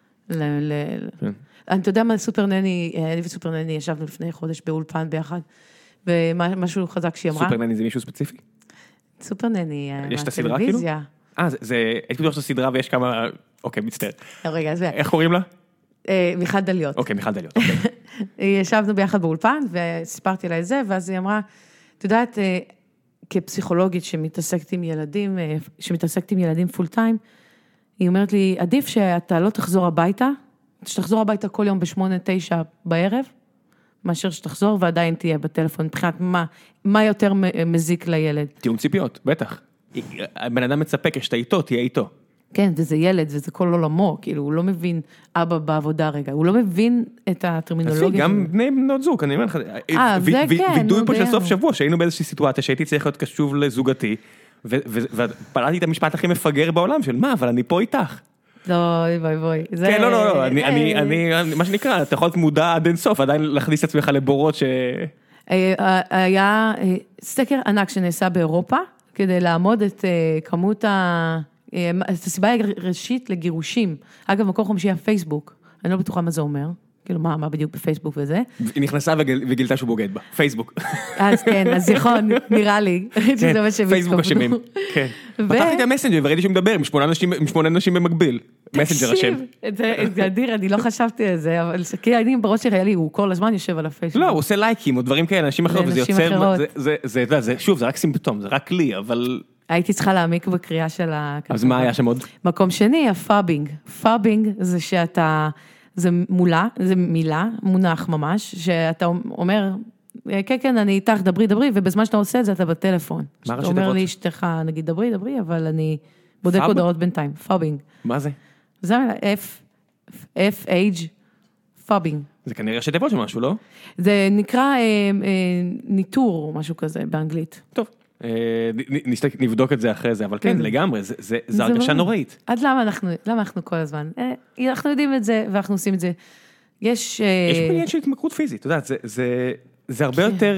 אני אתה יודע מה, סופר נני, אני וסופר נני ישבנו לפני חודש באולפן ביחד, ומשהו חזק שהיא אמרה. סופר נני זה מישהו ספציפי? סופר נני, יש את הסדרה כאילו? הייתי בטוח שזו סדרה ויש כמה, אוקיי, מצטער. רגע, זה. איך קוראים לה? מיכל דליות. אוקיי, מיכל דליות, אוקיי. ישבנו ביחד באולפן, וסיפרתי לה את זה, ואז היא אמרה, אתה יודעת, כפסיכולוגית שמתעסקת עם ילדים פול טיים, היא אומרת לי, עדיף שאתה לא תחזור הביתה, שתחזור הביתה כל יום ב8-9 בערב, מאשר שתחזור ועדיין תהיה בטלפון, מבחינת מה יותר מזיק לילד. תיאום ציפיות, בטח. בן אדם מצפה, כשאתה איתו, תהיה איתו. כן, וזה ילד, וזה כל עולמו, כאילו, הוא לא מבין אבא בעבודה רגע, הוא לא מבין את הטרמינולוגיה. גם בני בנות זוג, אני אומר לך, וידוי פה של סוף שבוע, שהיינו באיזושהי סיטואציה, שהייתי צריך להיות קשוב לזוגתי, ופלטתי את המשפט הכי מפגר בעולם, של מה, אבל אני פה איתך. לא, בואי. כן, לא, אני, מה שנקרא, אתה יכול להיות מודע עד אין סוף, עדיין להכניס את עצמך לבורות היה סקר ענק שנעשה באירופה, כדי לעמוד את כמות את הסיבה הראשית לגירושים. אגב, מקור חמישי הפייסבוק, אני לא בטוחה מה זה אומר, כאילו מה בדיוק בפייסבוק וזה. היא נכנסה וגילתה שהוא בוגד בה, פייסבוק. אז כן, אז נכון, נראה לי. כן, פייסבוק אשמים. כן. פתחתי את המסנג'ר וראיתי שהוא מדבר עם 8 אנשים במקביל. מסנג'ר השם. זה אדיר, אני לא חשבתי על זה, אבל כי אני בראש שלי, הוא כל הזמן יושב על הפייסבוק. לא, הוא עושה לייקים או דברים כאלה, אנשים אחרות, וזה יוצר, שוב, זה רק סימפטום, זה רק לי, אבל... הייתי צריכה להעמיק בקריאה של ה... אז מה היה שם עוד? מקום שני, הפאבינג. פאבינג זה שאתה, זה מילה, מונח ממש, שאתה אומר, כן, אני איתך, דברי, ובזמן שאתה עושה את זה, אתה בטלפון. מה ראשי אתה אומר תיבות? לי, אשתך, נגיד, דברי, אבל אני בודק הודעות בינתיים. פאבינג. מה זה? זה המילה, F-H, פאבינג. זה כנראה ראשי תיבות של משהו, לא? זה נקרא ניטור, משהו כזה, באנגלית. טוב. נבדוק את זה אחרי זה, אבל כן, לגמרי, זה הרגשה נוראית. עד למה אנחנו כל הזמן? אנחנו יודעים את זה, ואנחנו עושים את זה. יש פה עניין של התמכרות פיזית, אתה יודע, זה הרבה יותר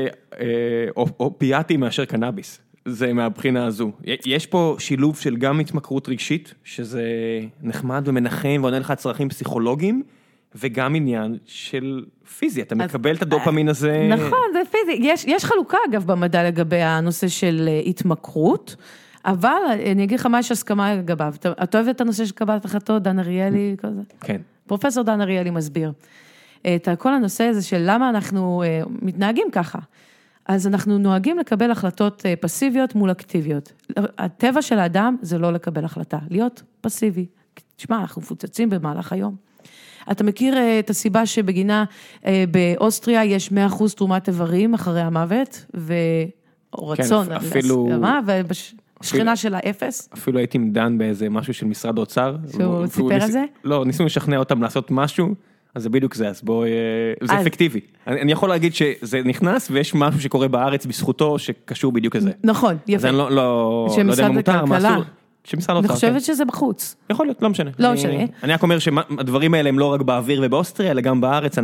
אופיאטי מאשר קנאביס, זה מהבחינה הזו. יש פה שילוב של גם התמכרות רגשית, שזה נחמד ומנחם, ועונה לך צרכים פסיכולוגיים, וגם עניין של פיזי, אתה מקבל את הדופמין הזה. נכון, זה פיזי. יש חלוקה אגב במדע לגבי הנושא של התמכרות, אבל אני אגיד לך מה יש הסכמה לגביו. אתה אוהב את הנושא של קבלת החלטות, דן אריאלי, כל זה? כן. פרופסור דן אריאלי מסביר את כל הנושא הזה של למה אנחנו מתנהגים ככה. אז אנחנו נוהגים לקבל החלטות פסיביות מול אקטיביות. הטבע של האדם זה לא לקבל החלטה, להיות פסיבי. תשמע, אנחנו מפוצצים במהלך היום. אתה מכיר את הסיבה שבגינה באוסטריה יש 100% תרומת איברים אחרי המוות, ורצון, אפילו... ושכינה שלה 0? אפילו הייתי מדן באיזה משהו של משרד האוצר. שהוא סיפר על זה? לא, ניסינו לשכנע אותם לעשות משהו, אז זה בדיוק זה, אז בואי, זה אפקטיבי. אני יכול להגיד שזה נכנס, ויש משהו שקורה בארץ בזכותו, שקשור בדיוק לזה. נכון, יפה. אז אני לא יודע מה מותר, מה אסור. אני חושבת שזה בחוץ. יכול להיות, לא משנה. לא משנה. אני רק אומר שהדברים האלה הם לא רק באוויר ובאוסטריה, אלא גם בארץ,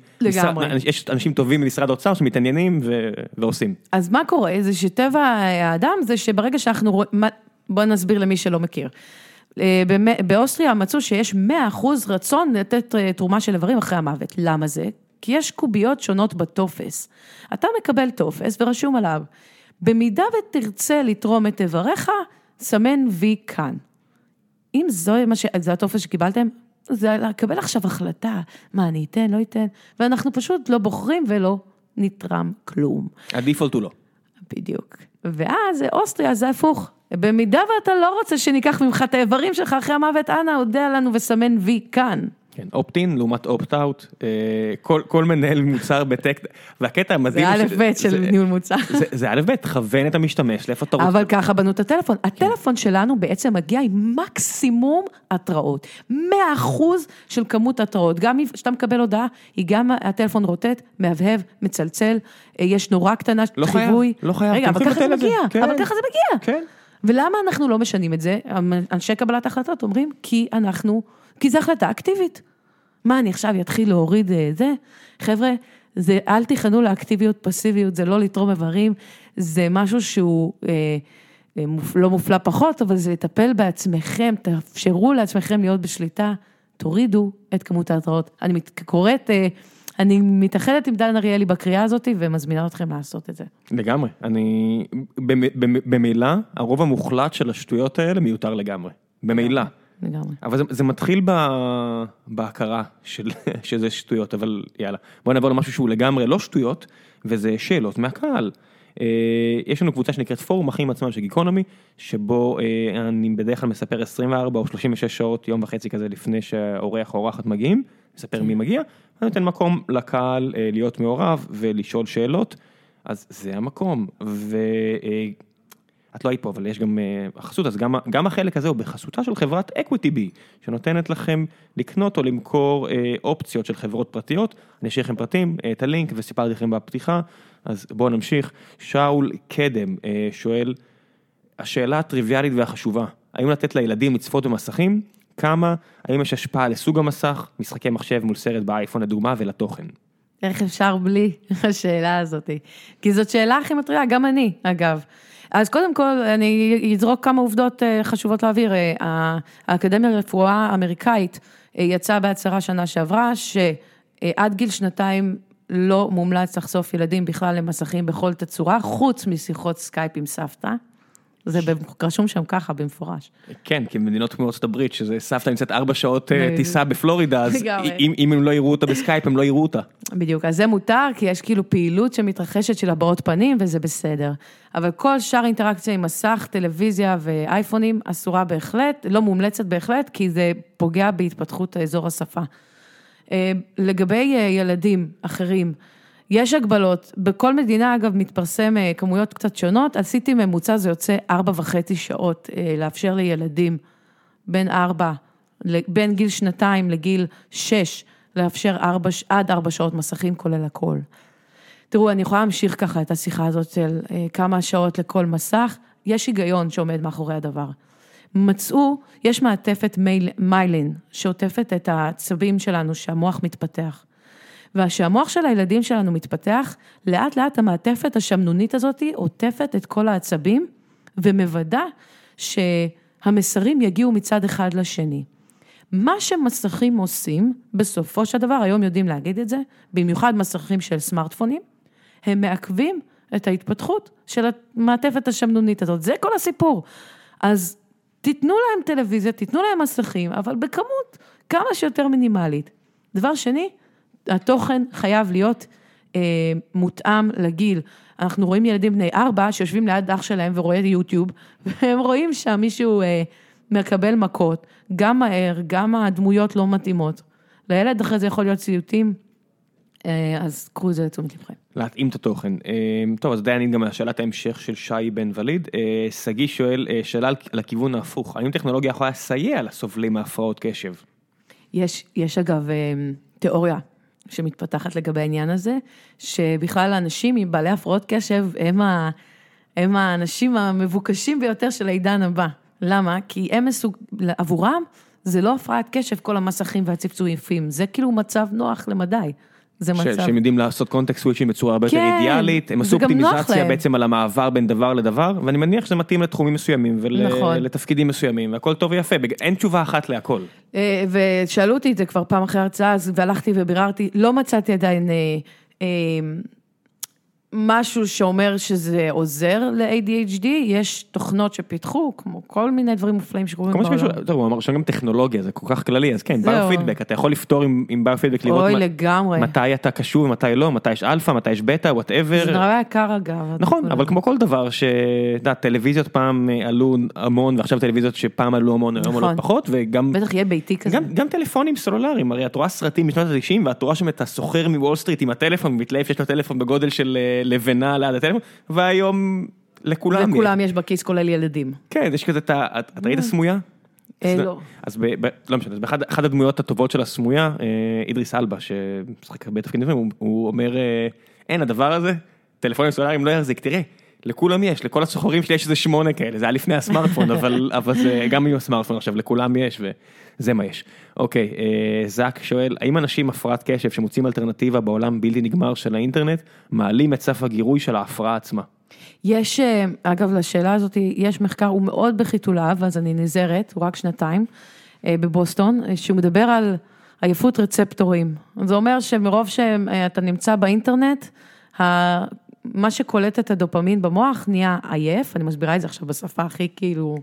יש אנשים טובים במשרד האוצר שמתעניינים ועושים. אז מה קורה? זה שטבע האדם זה שברגע שאנחנו רואים, בוא נסביר למי שלא מכיר. באוסטריה מצאו שיש 100% רצון לתת תרומה של איברים אחרי המוות. למה זה? כי יש קוביות שונות בטופס. אתה מקבל טופס ורשום עליו, במידה ותרצה לתרום את איבריך, סמן וי כאן. אם זה הטופס שקיבלתם, זה לקבל עכשיו החלטה, מה אני אתן, לא אתן, ואנחנו פשוט לא בוחרים ולא נתרם כלום. הדיפולט הוא לא. בדיוק. ואז אוסטריה זה הפוך. במידה ואתה לא רוצה שניקח ממך את האיברים שלך אחרי המוות, אנא הודע לנו וסמן וי כאן. כן, אופט-אין לעומת אופט-אאוט, כל מנהל מוצר בטק, והקטע המדהים... זה א' ב' של ניהול מוצר. זה א' ב', תכוון את המשתמש, לאיפה אתה רוצה. אבל ככה בנו את הטלפון. הטלפון שלנו בעצם מגיע עם מקסימום התראות. 100% של כמות התראות. גם כשאתה מקבל הודעה, היא גם הטלפון רוטט, מהבהב, מצלצל, יש נורא קטנה, חיווי. לא חייב. רגע, אבל ככה זה מגיע. אבל ככה זה מגיע. כן. ולמה אנחנו לא משנים את זה? אנשי קבלת החלטות אומרים, כי זה החלטה אקטיבית. מה, אני עכשיו יתחיל להוריד זה? חבר'ה, אל תיכנו לאקטיביות, פסיביות, זה לא לתרום איברים, זה משהו שהוא לא מופלא פחות, אבל זה לטפל בעצמכם, תאפשרו לעצמכם להיות בשליטה, תורידו את כמות ההתראות. אני מתאחדת עם דן אריאלי בקריאה הזאת, ומזמינה אתכם לעשות את זה. לגמרי. במילה, הרוב המוחלט של השטויות האלה מיותר לגמרי. במילה. לגמרי. אבל זה מתחיל בהכרה שזה שטויות, אבל יאללה. בואו נעבור למשהו שהוא לגמרי לא שטויות, וזה שאלות מהקהל. יש לנו קבוצה שנקראת פורום אחים עצמם של גיקונומי, שבו אני בדרך כלל מספר 24 או 36 שעות, יום וחצי כזה לפני שהאורח או אורחת מגיעים, מספר מי מגיע, אני נותן מקום לקהל להיות מעורב ולשאול שאלות, אז זה המקום, את לא היית פה, אבל יש גם החסות, אז גם החלק הזה הוא בחסותה של חברת Equity Bee, שנותנת לכם לקנות או למכור אופציות של חברות פרטיות, אני אשאיר לכם פרטים, את הלינק, וסיפרתי לכם בפתיחה, אז בואו נמשיך. שאול קדם שואל, השאלה הטריוויאלית והחשובה, האם לתת לילדים לצפות במסכים? כמה? האם יש השפעה לסוג המסך, משחקי מחשב מול סרט באייפון לדוגמה ולתוכן? איך אפשר בלי השאלה הזאת? כי זאת שאלה הכי מטרידה, גם אני, אגב. אז קודם כל, אני אזרוק כמה עובדות חשובות להעביר. האקדמיה לרפואה האמריקאית יצאה בהצהרה שנה שעברה, עד גיל 2 לא מומלץ לחשוף ילדים בכלל למסכים בכל תצורה, חוץ משיחות סקייפ עם סבתא. זה רשום שם ככה, במפורש. כן, כי במדינות כמו ארצות הברית, שזה סבתא נמצאת 4 שעות טיסה בפלורידה, אז אם הם לא יראו אותה בסקייפ, הם לא יראו אותה. בדיוק, אז זה מותר, כי יש כאילו פעילות שמתרחשת של הבעות פנים, וזה בסדר. אבל כל שאר אינטראקציה עם מסך, טלוויזיה ואייפונים, אסורה בהחלט, לא מומלצת בהחלט, כי זה פוגע בהתפתחות אזור השפה. לגבי ילדים אחרים, יש הגבלות, בכל מדינה אגב מתפרסם כמויות קצת שונות, עשיתי ממוצע, זה יוצא 4.5 שעות לאפשר לילדים בין גיל 2 לגיל 6, לאפשר עד 4 שעות מסכים כולל הכל. תראו, אני יכולה להמשיך ככה את השיחה הזאת של כמה שעות לכל מסך, יש היגיון שעומד מאחורי הדבר. מצאו, יש מעטפת מיילין, שעוטפת את העצבים שלנו שהמוח מתפתח. והשהמוח של הילדים שלנו מתפתח, לאט לאט המעטפת השמנונית הזאת עוטפת את כל העצבים, ומוודא שהמסרים יגיעו מצד אחד לשני. מה שמסכים עושים, בסופו של דבר, היום יודעים להגיד את זה, במיוחד מסכים של סמארטפונים, הם מעכבים את ההתפתחות של המעטפת השמנונית הזאת. זה כל הסיפור. אז תיתנו להם טלוויזיה, תיתנו להם מסכים, אבל בכמות כמה שיותר מינימלית. דבר שני, התוכן חייב להיות מותאם לגיל. אנחנו רואים ילדים בני 4 שיושבים ליד אח שלהם ורואה יוטיוב, והם רואים שם מישהו מקבל מכות, גם מהר, גם הדמויות לא מתאימות. לילד אחרי זה יכול להיות סיוטים, אז קחו את זה לתשומת לבכם. להתאים את התוכן. טוב, אז די אני גם לשאלת ההמשך של שי בן וליד. סגי שואל, שאלה על הכיוון ההפוך. האם טכנולוגיה יכולה לסייע לסובלים מהפרעות קשב? יש אגב תיאוריה שמתפתחת לגבי העניין הזה, שבכלל האנשים עם בעלי הפרעות קשב הם האנשים המבוקשים ביותר של העידן הבא. למה? כי עבורם זה לא הפרעת קשב, כל המסכים והצפצועים, זה כאילו מצב נוח למדי. שהם יודעים לעשות קונטקסט סוויצ'ים בצורה הרבה יותר אידיאלית, הם עשו אופטימיזציה בעצם על המעבר בין דבר לדבר, ואני מניח שזה מתאים לתחומים מסוימים ולתפקידים מסוימים, והכל טוב ויפה, אין תשובה אחת להכל. ושאלו אותי את זה כבר פעם אחרי הרצאה, והלכתי וביררתי, לא מצאתי עדיין משהו שאומר שזה עוזר ל-ADHD, יש תוכנות שפיתחו, כמו כל מיני דברים מופלאים שקורים בעולם. טוב, הוא אמר שגם טכנולוגיה, זה כל כך כללי, אז כן, ביופידבק, אתה יכול לפתור עם ביופידבק, לראות מתי אתה קשוב, מתי לא, מתי יש אלפא, מתי יש בטא, whatever. זה נראה יקר אגב. נכון, אבל כמו כל דבר, טלוויזיות פעם עלו המון, ועכשיו טלוויזיות שפעם עלו המון, היום עלו פחות, וגם... בטח יהיה ביתי כזה. גם טלפונים סלולריים, הרי את רואה סרטים משנות ה-90, ואת רואה שאתה סוחר מוול סטריט עם הטלפון, ומתלהב שיש לו טלפון בגודל של לבנה ליד הטלפון, והיום לכולם יש בכיס כולל ילדים. כן, יש כזה, אתה ראית סמויה? לא. אז לא משנה, באחד הדמויות הטובות של הסמויה, אידריס אלבה, שמשחק הרבה תפקידים, הוא אומר, אין, הדבר הזה, טלפונים סלולריים לא יחזיק, תראה, לכולם יש, לכל הסוחרים שלי יש איזה 8 כאלה, זה היה לפני הסמארטפון, אבל זה גם עם הסמארטפון עכשיו, לכולם יש, וזה מה יש. אוקיי, זק שואל, האם אנשים הפרעת קשב שמוצאים אלטרנטיבה בעולם בלתי נגמר של האינטרנט, מעלים את סף הגירוי של ההפרעה עצמה? יש, אגב, לשאלה הזאת, יש מחקר, הוא מאוד בחיתוליו, אז אני נזרת, הוא רק 2 בבוסטון, שהוא מדבר על עייפות רצפטורים. זה אומר שמרוב שאתה נמצא באינטרנט, מה שקולט את הדופמין במוח נהיה עייף, אני מסבירה את זה עכשיו בשפה הכי כאילו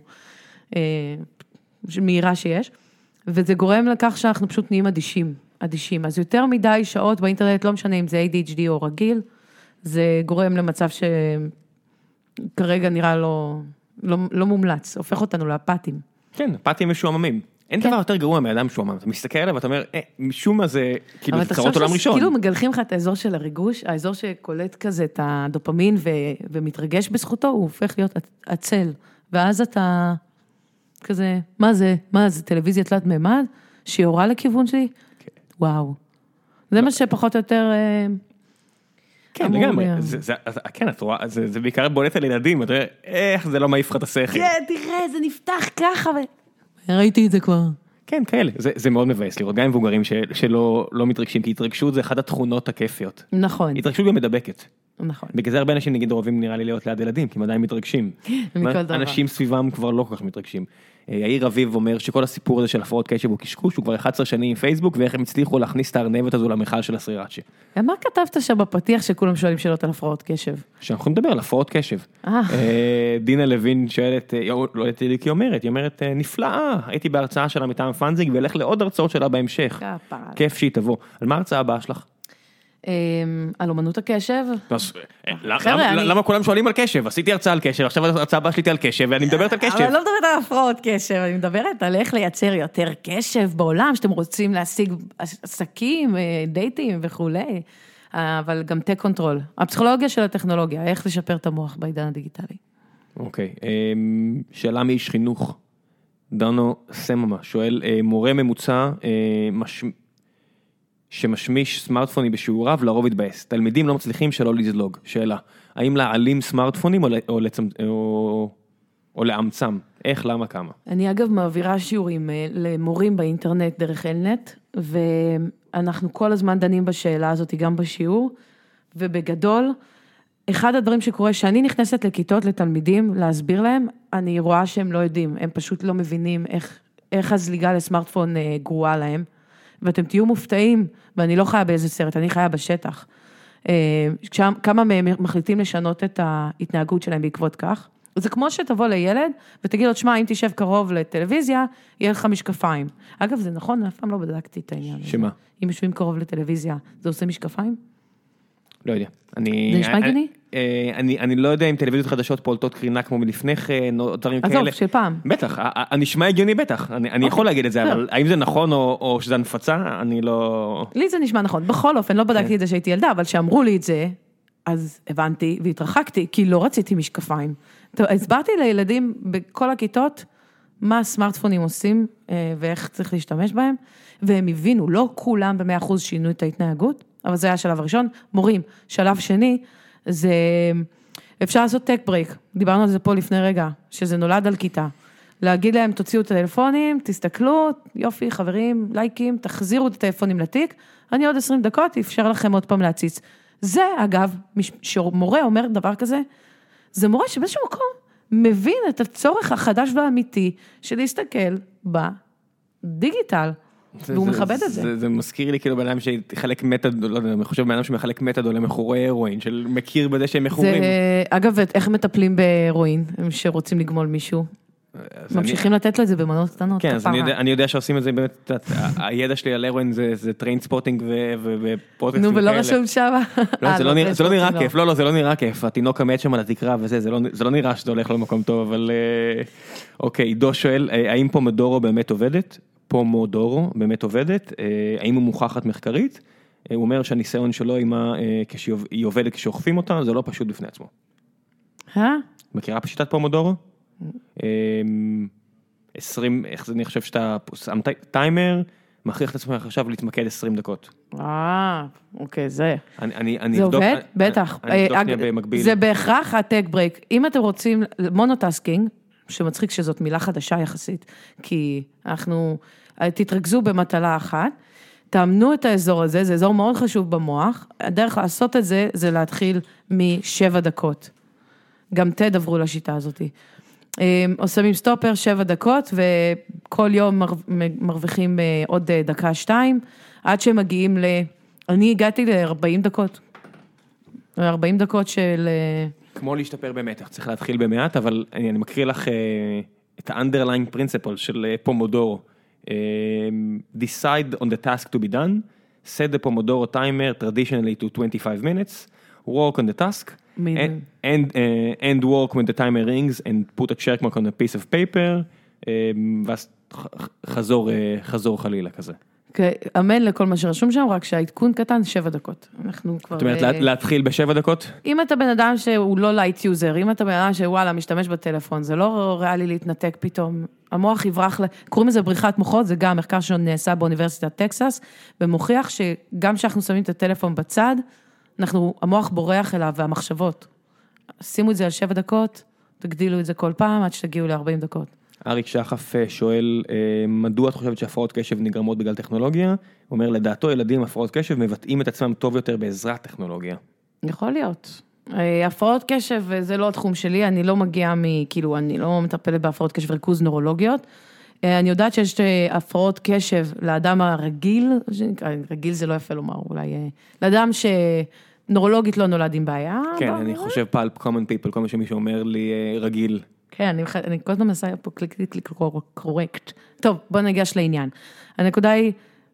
מהירה שיש, וזה גורם לכך שאנחנו פשוט נהיים אדישים. אז יותר מדי שעות באינטרנט, לא משנה אם זה ADHD או רגיל, זה גורם למצב שכרגע נראה לא מומלץ, הופך אותנו לאפתיים. כן, אפתיים משועממים. אין דבר יותר גרוע מאדם משועמם, אתה מסתכל עליו ואתה אומר, משום מה זה כאילו צרות עולם ראשון. כאילו מגלחים לך את האזור של הריגוש, האזור שקולט כזה את הדופמין ומתרגש בזכותו, הוא הופך להיות עצל, ואז אתה כזה, מה זה, טלוויזיה תלת מימד, שיורה לכיוון שלי? וואו. זה מה שפחות או יותר... כן, לגמרי, כן, את רואה, זה בעיקר בולט על ילדים, אתה רואה, איך זה לא מעיף לך את השכל. כן, תראה, זה נפתח ככה, ראיתי את זה כבר. כן, כאלה, זה מאוד מבאס לראות, גם מבוגרים שלא מתרגשים, כי התרגשות זה אחת התכונות הכיפיות. נכון. התרגשות גם מדבקת. נכון. בגלל זה הרבה אנשים נגיד אוהבים נראה לי להיות ליד ילדים, כי הם עדיין מתרגשים. מכל דבר. אנשים סביבם כבר לא כל כך מתרגשים. יאיר רביב אומר שכל הסיפור הזה של הפרעות קשב הוא קשקוש, הוא כבר 11 שנים עם פייסבוק, ואיך הם הצליחו להכניס את הארנבת הזו למכל של הסרירצ'י. מה כתבת שם בפתיח שכולם שואלים שאלות על הפרעות קשב? שאנחנו יכולים לדבר על הפרעות קשב. דינה לוין שואלת, לא יודעת לי כי היא אומרת, נפלאה, הייתי בהרצאה שלה מטעם פאנזיג, והלך לעוד הרצאות שלה בהמשך. כיף שהיא תבוא. על מה ההרצאה הבאה שלך? על אומנות הקשב. למה כולם שואלים על קשב? עשיתי הרצאה על קשב, עכשיו ההרצאה הבאה שלי על קשב, ואני מדברת על קשב. אבל אני לא מדברת על הפרעות קשב, אני מדברת על איך לייצר יותר קשב בעולם, שאתם רוצים להשיג עסקים, דייטים וכולי, אבל גם טק קונטרול. הפסיכולוגיה של הטכנולוגיה, איך לשפר את המוח בעידן הדיגיטלי. אוקיי, שאלה מאיש חינוך. דנו סממה, שואל, מורה ממוצע, שמשמיש סמארטפונים בשיעוריו, לרוב התבאס. תלמידים לא מצליחים שלא לזלוג. שאלה, האם להעלים סמארטפונים או לאמצם? איך, למה, כמה? אני אגב מעבירה שיעורים למורים באינטרנט דרך אלנט, ואנחנו כל הזמן דנים בשאלה הזאת גם בשיעור, ובגדול, אחד הדברים שקורה, שאני נכנסת לכיתות לתלמידים להסביר להם, אני רואה שהם לא יודעים, הם פשוט לא מבינים איך הזליגה לסמארטפון גרועה להם, ואתם תהיו מופתעים, ואני לא חיה באיזה סרט, אני חיה בשטח. כמה מהם מחליטים לשנות את ההתנהגות שלהם בעקבות כך. זה כמו שתבוא לילד, ותגיד לו, תשמע, אם תשב קרוב לטלוויזיה, יהיה לך משקפיים. אגב, זה נכון, אף פעם לא בדקתי את העניין. שמה? אם יושבים קרוב לטלוויזיה, זה עושה משקפיים? לא יודע. זה נשמע הגיוני? אני לא יודע אם טלוויזיות חדשות פולטות קרינה כמו מלפני כן, או דברים כאלה. עזוב, של פעם. בטח, נשמע הגיוני בטח. אני יכול להגיד את זה, אבל האם זה נכון או שזה הנפצה, אני לא... לי זה נשמע נכון. בכל אופן, לא בדקתי את זה שהייתי ילדה, אבל שאמרו לי את זה, אז הבנתי והתרחקתי, כי לא רציתי משקפיים. הסברתי לילדים בכל הכיתות, מה הסמארטפונים עושים, ואיך צריך להשתמש בהם, והם הבינו, לא כולם ב100% שינו את ההתנהגות, אבל זה היה השלב הראשון. מורים, שלב שני, זה אפשר לעשות טק ברייק, דיברנו על זה פה לפני רגע, שזה נולד על כיתה, להגיד להם, תוציאו את הטלפונים, תסתכלו, יופי, חברים, לייקים, תחזירו את הטלפונים לתיק, אני עוד 20 דקות, אפשר לכם עוד פעם להציץ. זה, אגב, שמורה אומר דבר כזה, זה מורה שבאיזשהו מקום מבין את הצורך החדש והאמיתי, של להסתכל בדיגיטל, והוא מכבד את זה. זה מזכיר לי כאילו בן אדם שחלק מתדול, לא יודע, אני חושב בן אדם שמחלק מתדול למכורי הרואין, של מכיר בזה שהם מכורים. אגב, איך מטפלים בהרואין, שרוצים לגמול מישהו? ממשיכים לתת לו את זה במנות קטנות. כן, אז אני יודע שעושים את זה, באמת, הידע שלי על הרואין זה טריין ספוטינג ופודקאסטים כאלה. נו, ולא רשום שם. זה לא נראה כיף, לא, זה לא נראה כיף, התינוק עמד שם על התקרה וזה, זה לא נראה שזה הולך למקום טוב, אבל אוקיי, עידו שואל, האם פומודורו באמת עובדת? פומודורו באמת עובדת, האם הוא מוכחת מחקרית? הוא אומר שהניסיון שלו כשהיא עובדת כשאוכפים אותה, זה לא פשוט בפני עצמו. מכירה פשיטת פומודורו? 20, אני חושב שאתה שם טיימר, מכריח את עצמך עכשיו להתמקד 20 דקות. אוקיי, זה. זה עובד? בטח. אני אבדוק נהיה במקביל. זה בהכרח הטק ברייק. אם אתם רוצים, מונוטסקינג, שמצחיק שזאת מילה חדשה יחסית, כי תתרכזו במטלה אחת, תאמנו את האזור הזה, זה אזור מאוד חשוב במוח, הדרך לעשות את זה, זה להתחיל מ7 דקות. גם TED עברו לשיטה הזאת. עושים סטופר 7 דקות, וכל יום מרוויחים עוד דקה 2, עד שמגיעים אני הגעתי ל40 דקות. 40 דקות של... כמו להשתפר במתח, צריך להתחיל במעט, אבל אני מקריא לך את ה-underlying principle של פומודורו. Decide on the task to be done, set the Pomodoro timer traditionally to 25 minutes, work on the task, and work when the timer rings, and put a check mark on a piece of paper, ואז חזור חלילה כזה. אמן לכל מה שרשום שם, רק שהעדכון קטן 7 דקות. זאת אומרת, להתחיל ב7 דקות? אם אתה בן אדם שהוא לא לייט יוזר, אם אתה בן אדם שוואלה, משתמש בטלפון, זה לא ריאלי להתנתק פתאום. המוח יברח, קוראים לזה בריחת מוחות, זה גם מחקר שנעשה באוניברסיטת טקסס, ומוכיח שגם שאנחנו שמים את הטלפון בצד, המוח בורח אליו והמחשבות. שימו את זה על 7 דקות, תגדילו את זה כל פעם, עד שתגיעו ל40 דקות. אריק שחף שואל, מדוע את חושבת שהפרעות קשב נגרמות בגלל טכנולוגיה? הוא אומר, לדעתו ילדים עם הפרעות קשב מבטאים את עצמם טוב יותר בעזרת טכנולוגיה. יכול להיות. הפרעות קשב, זה לא התחום שלי, אני לא מגיעה כאילו, אני לא מטפלת בהפרעות קשב וריכוז נורולוגיות. אני יודעת שיש הפרעות קשב לאדם הרגיל, רגיל זה לא יפה לומר, אולי, לאדם שנורולוגית לא נולד עם בעיה. כן, אני חושב פלפ, common people, כל מה שמישהו אומר לי רגיל. כן, אני כל הזמן מנסה פה קליק קורקט. טוב, בוא ניגש לעניין. הנקודה היא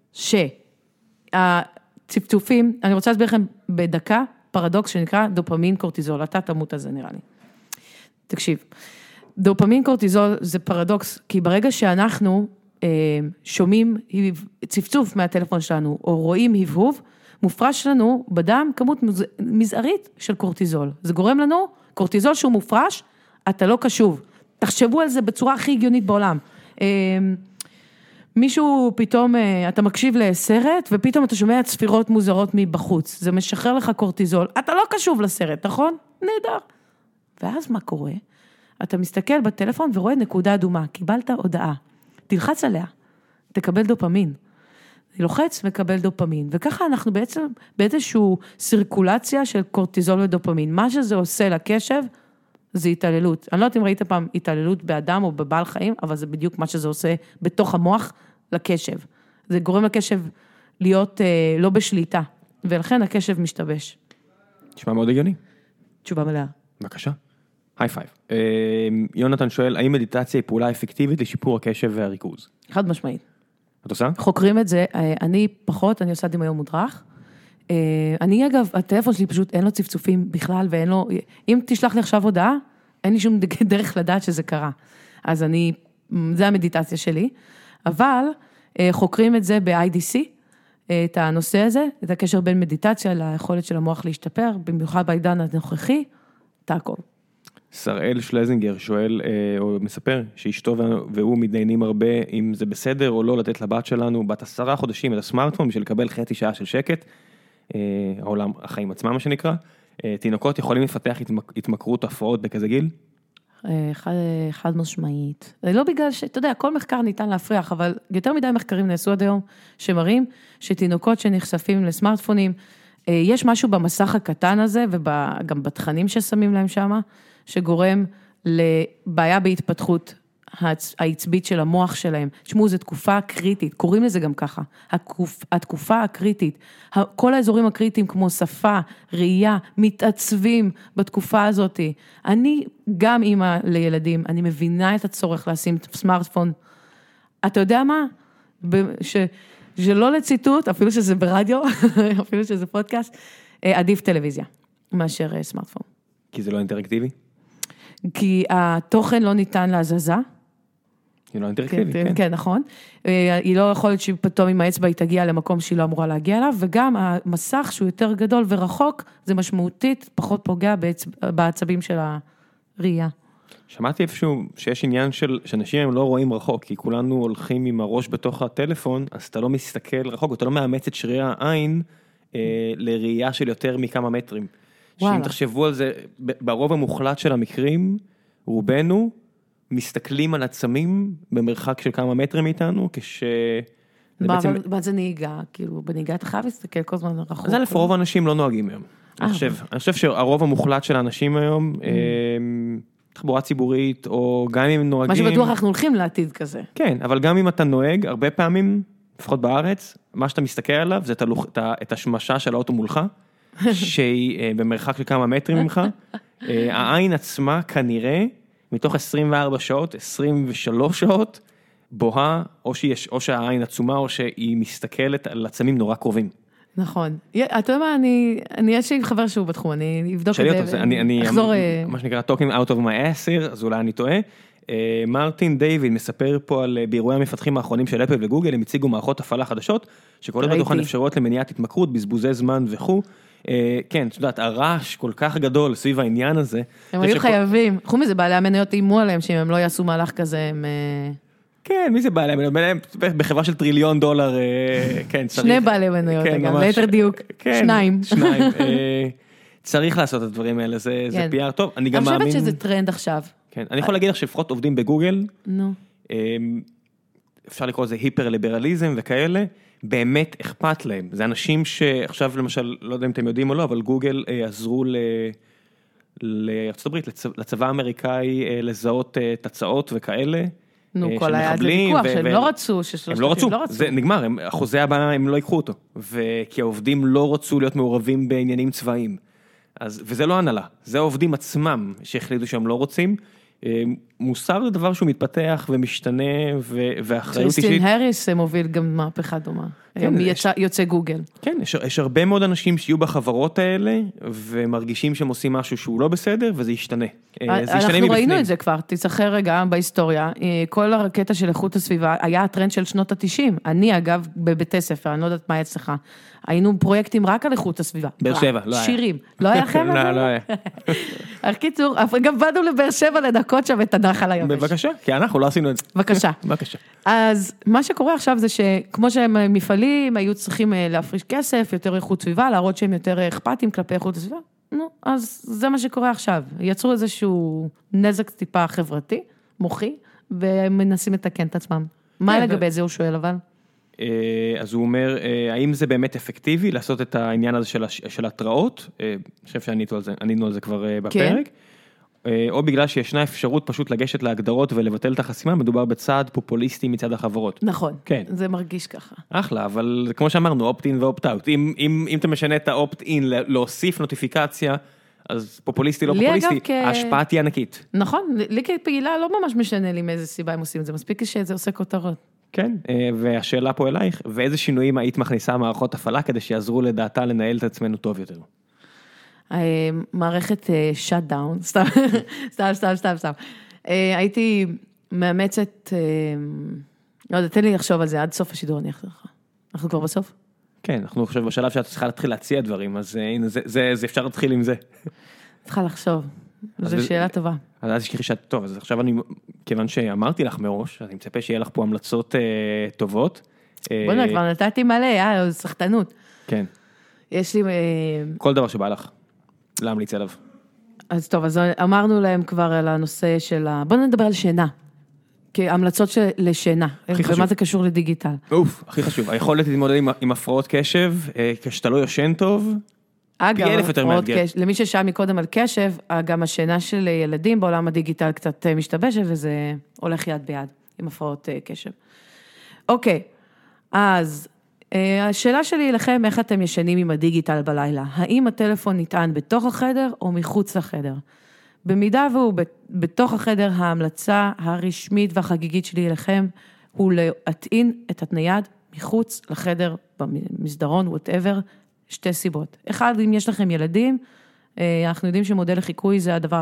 שהצפצופים, אני רוצה להסביר לכם בדקה, פרדוקס שנקרא דופמין קורטיזול, אתה תמות על זה נראה לי. תקשיב, דופמין קורטיזול זה פרדוקס, כי ברגע שאנחנו שומעים צפצוף מהטלפון שלנו, או רואים הבהוב, מופרש לנו בדם כמות מזערית של קורטיזול. זה גורם לנו, קורטיזול שהוא מופרש, אתה לא קשוב. תחשבו על זה בצורה הכי הגיונית בעולם. מישהו פתאום, אתה מקשיב לסרט, ופתאום אתה שומע צפירות מוזרות מבחוץ. זה משחרר לך קורטיזול. אתה לא קשוב לסרט, נכון? נהדר. ואז מה קורה? אתה מסתכל בטלפון ורואה נקודה אדומה. קיבלת הודעה. תלחץ עליה. תקבל דופמין. לוחץ, מקבל דופמין. וככה אנחנו בעצם באיזשהו סירקולציה של קורטיזול ודופמין. מה שזה עושה לקשב, זה התעללות. אני לא יודעת אם ראית פעם התעללות באדם או בבעל חיים, אבל זה בדיוק מה שזה עושה בתוך המוח לקשב. זה גורם לקשב להיות לא בשליטה, ולכן הקשב משתבש. נשמע מאוד הגיוני. תשובה מלאה. בבקשה. היי פייב. יונתן שואל, האם מדיטציה היא פעולה אפקטיבית לשיפור הקשב והריכוז? חד משמעית. את עושה? חוקרים את זה, אני פחות, אני עושה דמיון מודרך. אני אגב, הטלפון שלי פשוט אין לו צפצופים בכלל, ואין לו, אם תשלח לי עכשיו הודעה, אין לי שום דרך לדעת שזה קרה. אז זה המדיטציה שלי. אבל חוקרים את זה ב-IDC, את הנושא הזה, את הקשר בין מדיטציה ליכולת של המוח להשתפר, במיוחד בעידן הנוכחי, תעקוב. שראל שלזינגר שואל, או מספר, שאשתו והוא מתדיינים הרבה, אם זה בסדר או לא לתת לבת שלנו, בת 10 חודשים את הסמארטפון, בשביל לקבל חצי שעה של שקט, העולם, החיים עצמם מה שנקרא, תינוקות יכולים לפתח התמכרות או הפרעות בכזה גיל? חד משמעית. לא בגלל אתה יודע, כל מחקר ניתן להפריח, אבל יותר מדי מחקרים נעשו עד היום, שמראים שתינוקות שנחשפים לסמארטפונים, יש משהו במסך הקטן הזה, וגם בתכנים ששמים להם שם, שגורם לבעיה בהתפתחות העצבית של המוח שלהם. תשמעו, זו תקופה קריטית, קוראים לזה גם ככה, התקופה הקריטית, כל האזורים הקריטיים כמו שפה, ראייה, מתעצבים בתקופה הזאת. אני גם אימא לילדים, אני מבינה את הצורך לשים סמארטפון. אתה יודע מה? שלא לציטוט, אפילו שזה ברדיו, אפילו שזה פודקאסט, עדיף טלוויזיה מאשר סמארטפון. כי זה לא אינטראקטיבי? כי התוכן לא ניתן להזזה. היא לא אינטראקטיבית, כן. כן, נכון. היא לא יכולת שפתאום עם האצבע היא תגיע למקום שהיא לא אמורה להגיע אליו, וגם המסך שהוא יותר גדול ורחוק, זה משמעותית, פחות פוגע בעצבים של הראייה. שמעתי איפשהו שיש עניין שאנשים הם לא רואים רחוק, כי כולנו הולכים עם הראש בתוך הטלפון, אז אתה לא מסתכל רחוק, אתה לא מאמץ את שרירי העין לראייה של יותר מכמה מטרים. שאם תחשבו על זה, ברוב המוחלט של המקרים, רובנו מסתכלים על עצמים במרחק של כמה מטרים מאיתנו, מה זה נהיגה? כאילו, בנהיגה אתה חייב להסתכל כל הזמן רחוק. אז אלף, רוב האנשים לא נוהגים היום. אני חושב שהרוב המוחלט של האנשים היום, תחבורה ציבורית, או גם אם נוהגים... מה שבטוח אנחנו הולכים לעתיד כזה. כן, אבל גם אם אתה נוהג, הרבה פעמים, לפחות בארץ, מה שאתה מסתכל עליו, זה את השמשה של האוטו מולך, שהיא במרחק של כמה מטרים ממך, העין עצמה כנראה, מתוך 24 שעות, 23 שעות, בוהה, או שהעין עצומה, או שהיא מסתכלת על עצמים נורא קרובים. נכון. אתה יודע מה, יש לי חבר שהוא בתחום, אני אבדוק את זה. אני אחזור... מה שנקרא, talking out of my ass, אז אולי אני טועה. מרטין דיוויד מספר פה על באירועי המפתחים האחרונים של אפל וגוגל, הם הציגו מערכות הפעלה חדשות, שכולל בתוכן אפשרויות למניעת התמכרות, בזבוזי זמן וכו'. כן, את יודעת, הרעש כל כך גדול סביב העניין הזה. הם היו חייבים. חוץ מזה, בעלי המניות אימו עליהם, שאם הם לא יעשו מהלך כזה, הם... כן, מי זה בעלי המניות? בחברה של $1 טריליון, כן, צריך... שני בעלי מניות, אגב, ליתר דיוק. שניים. צריך לעשות את הדברים האלה, זה PR טוב. אני גם מאמין... אני חושבת שזה טרנד עכשיו. כן, אני יכול להגיד לך שלפחות עובדים בגוגל, אפשר לקרוא לזה היפר-ליברליזם וכאלה, באמת אכפת להם. זה אנשים שעכשיו למשל, לא יודע אם אתם יודעים או לא, אבל גוגל עזרו לארצות הברית, לצבא האמריקאי, לזהות תצאות וכאלה. נו, כל היה זה ויכוח, שהם לא רצו, הם לא רצו, זה נגמר, החוזה הבא הם לא ייקחו אותו, כי העובדים לא רצו להיות מעורבים בעניינים צבאיים, וזה לא הנהלה, זה העובדים עצמם שהחליטו שהם לא רוצים, מוסר זה דבר שהוא מתפתח ומשתנה, ואחריות אישית. קריסטין הריס מוביל גם מהפכה דומה, יוצא גוגל. כן, יש הרבה מאוד אנשים שיהיו בחברות האלה, ומרגישים שהם עושים משהו שהוא לא בסדר, וזה ישתנה. אנחנו ראינו את זה כבר, תזכר רגע בהיסטוריה, כל הקטע של איכות הסביבה, היה הטרנד של שנות ה-90, אני אגב בבתי ספר, אני לא יודעת מה אצלך, היינו פרויקטים רק על איכות הסביבה. באר שבע, לא היה. שירים, לא היה לכם? לא היה. קיצור, גם באנו לבאר שבע לנקות שם את הנחל היבש. בבקשה, כי אנחנו לא עשינו את זה. בבקשה. בבקשה. אז מה שקורה עכשיו זה שכמו שהם מפעלים, היו צריכים להפריש כסף, יותר איכות סביבה, להראות שהם יותר אכפתים כלפי איכות הסביבה. נו, אז זה מה שקורה עכשיו. יצרו איזשהו נזק טיפה חברתי, מוחי, והם מנסים לתקן את עצמם. מה לגבי זה הוא שואל אבל? אז הוא אומר, האם זה באמת אפקטיבי לעשות את העניין הזה של התראות? אני חושב שענינו על זה כבר בפרק. או בגלל שישנה אפשרות פשוט לגשת להגדרות ולבטל את החסימה, מדובר בצעד פופוליסטי מצד החברות. נכון, כן. זה מרגיש ככה. אחלה, אבל כמו שאמרנו, opt-in ו-opt-out. אם אתה משנה את ה-opt-in להוסיף נוטיפיקציה, אז פופוליסטי לא פופוליסטי, ההשפעה תהיה ענקית. נכון, לי כפעילה לא ממש משנה לי מאיזה סיבה הם עושים את זה, מספיק שזה עושה כותרות. כן, והשאלה פה אלייך, ואיזה שינויים היית מכניסה מערכות הפעלה כדי שיעזרו לדעתה לנהל את עצמנו טוב יותר? מערכת shut down, סתם. הייתי מאמצת, לא יודע, תן לי לחשוב על זה, עד סוף השידור אני אחזור לך. אנחנו כבר בסוף? כן, אנחנו חושב בשלב שאת צריכה להתחיל להציע דברים, אז הנה, זה אפשר להתחיל עם זה. צריכה לחשוב, זו שאלה טובה. אז תשכחי שאת טוב, אז עכשיו כיוון שאמרתי לך מראש, אני מצפה שיהיה לך פה המלצות טובות. בוא'נה, כבר נתתי מלא, סחטנות. כן. יש לי... כל דבר שבא לך, להמליץ עליו. אז טוב, אז אמרנו להם כבר על הנושא של בואו נדבר על שינה. כהמלצות לשינה. הכי חשוב. ומה זה קשור לדיגיטל. הכי חשוב. היכולת להתמודד עם הפרעות קשב, כשאתה לא יושן טוב, אגב, פי אלף יותר מאתגר. למי ששאל מקודם על קשב, גם השינה של ילדים בעולם הדיגיטל קצת משתבשת, וזה הולך יד ביד עם הפרעות קשב. אוקיי, אז השאלה שלי לכם, איך אתם ישנים עם הדיגיטל בלילה? האם הטלפון נטען בתוך החדר או מחוץ לחדר? במידה והוא בתוך החדר, ההמלצה הרשמית והחגיגית שלי אליכם, הוא להטעין את הנייד מחוץ לחדר, במסדרון, whatever, שתי סיבות. אחד, אם יש לכם ילדים, אנחנו יודעים שמודל לחיקוי זה הדבר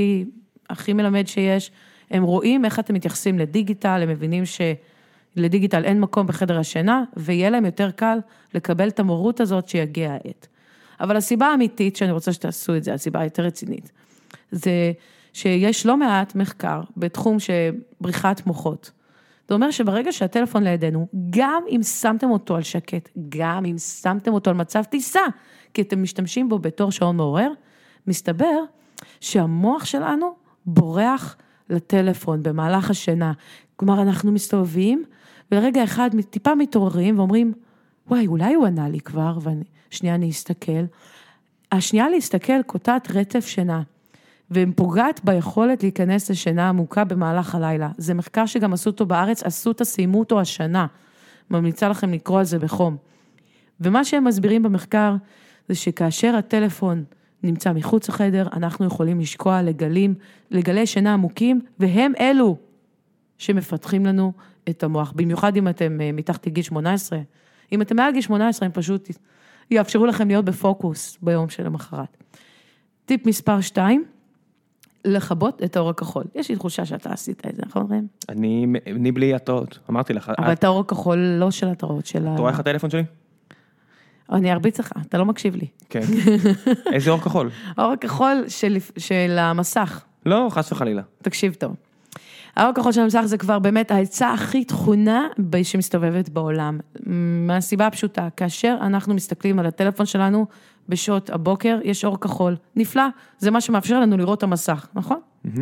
הכי מלמד שיש, הם רואים איך אתם מתייחסים לדיגיטל, הם מבינים שלדיגיטל אין מקום בחדר השינה, ויהיה להם יותר קל לקבל את המורות הזאת שיגיע העת. אבל הסיבה האמיתית שאני רוצה שתעשו את זה, הסיבה היותר רצינית, זה שיש לא מעט מחקר בתחום שבריחת מוחות. זה אומר שברגע שהטלפון לידינו, גם אם שמתם אותו על שקט, גם אם שמתם אותו על מצב טיסה, כי אתם משתמשים בו בתור שעון מעורר, מסתבר שהמוח שלנו בורח לטלפון במהלך השינה. כלומר, אנחנו מסתובבים, ולרגע אחד טיפה מתעוררים ואומרים, וואי, אולי הוא ענה לי כבר, ושנייה אני אסתכל. השנייה להסתכל קוטעת רצף שינה. ופוגעת ביכולת להיכנס לשינה עמוקה במהלך הלילה. זה מחקר שגם עשו אותו בארץ, סיימו אותו השנה. ממליצה לכם לקרוא על זה בחום. ומה שהם מסבירים במחקר, זה שכאשר הטלפון נמצא מחוץ לחדר, אנחנו יכולים לשקוע לגלי שינה עמוקים, והם אלו שמפתחים לנו את המוח. במיוחד אם אתם מתחת לגיל 18. אם אתם מעל גיל 18, הם פשוט יאפשרו לכם להיות בפוקוס ביום של המחרת. טיפ מספר 2, לכבות את האור הכחול. יש לי תחושה שאתה עשית את זה, נכון ראם? אני בלי התראות, אמרתי לך. אבל את האור הכחול לא של התראות, של אתה רואה איך הטלפון שלי? אני ארביץ לך, אתה לא מקשיב לי. כן. איזה אור כחול? האור הכחול של המסך. לא, חס וחלילה. תקשיב טוב. האור הכחול של המסך זה כבר באמת ההצעה הכי תכונה שמסתובבת בעולם. מהסיבה הפשוטה, כאשר אנחנו מסתכלים על הטלפון שלנו, בשעות הבוקר יש אור כחול, נפלא, זה מה שמאפשר לנו לראות את המסך, נכון?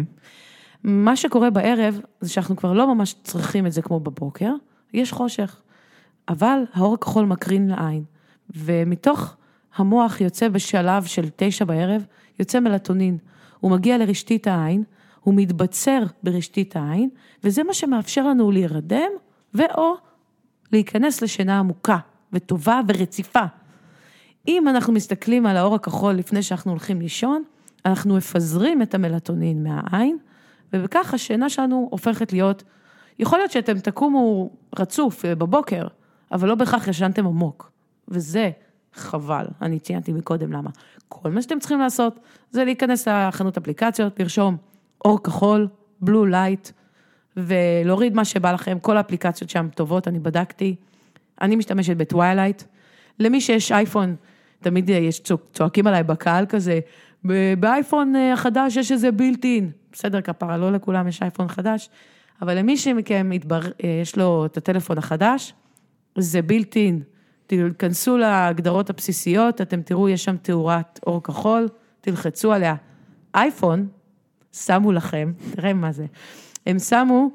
מה שקורה בערב, זה שאנחנו כבר לא ממש צריכים את זה כמו בבוקר, יש חושך, אבל האור הכחול מקרין לעין, ומתוך המוח יוצא בשלב של 9 בערב, יוצא מלטונין, הוא מגיע לרשתית העין, הוא מתבצר ברשתית העין, וזה מה שמאפשר לנו להירדם, ואו להיכנס לשינה עמוקה, וטובה ורציפה. אם אנחנו מסתכלים על האור הכחול לפני שאנחנו הולכים לישון, אנחנו מפזרים את המלטונין מהעין, ובכך השינה שלנו הופכת להיות, יכול להיות שאתם תקומו רצוף בבוקר, אבל לא בכך ישנתם עמוק, וזה חבל, אני ציינתי מקודם למה. כל מה שאתם צריכים לעשות, זה להיכנס לחנות אפליקציות, לרשום אור כחול, בלו לייט, ולהוריד מה שבא לכם, כל האפליקציות שם טובות, אני בדקתי, אני משתמשת בטווילייט, למי שיש אייפון, תמיד יש צועקים עליי בקהל כזה, באייפון החדש יש איזה בילט-אין, בסדר כפרה, לא לכולם יש אייפון חדש, אבל למי שמכם יש לו את הטלפון החדש, זה בילט-אין, תיכנסו להגדרות הבסיסיות, אתם תראו, יש שם תאורת אור כחול, תלחצו עליה. אייפון, שמו לכם, תראה מה זה, הם שמו,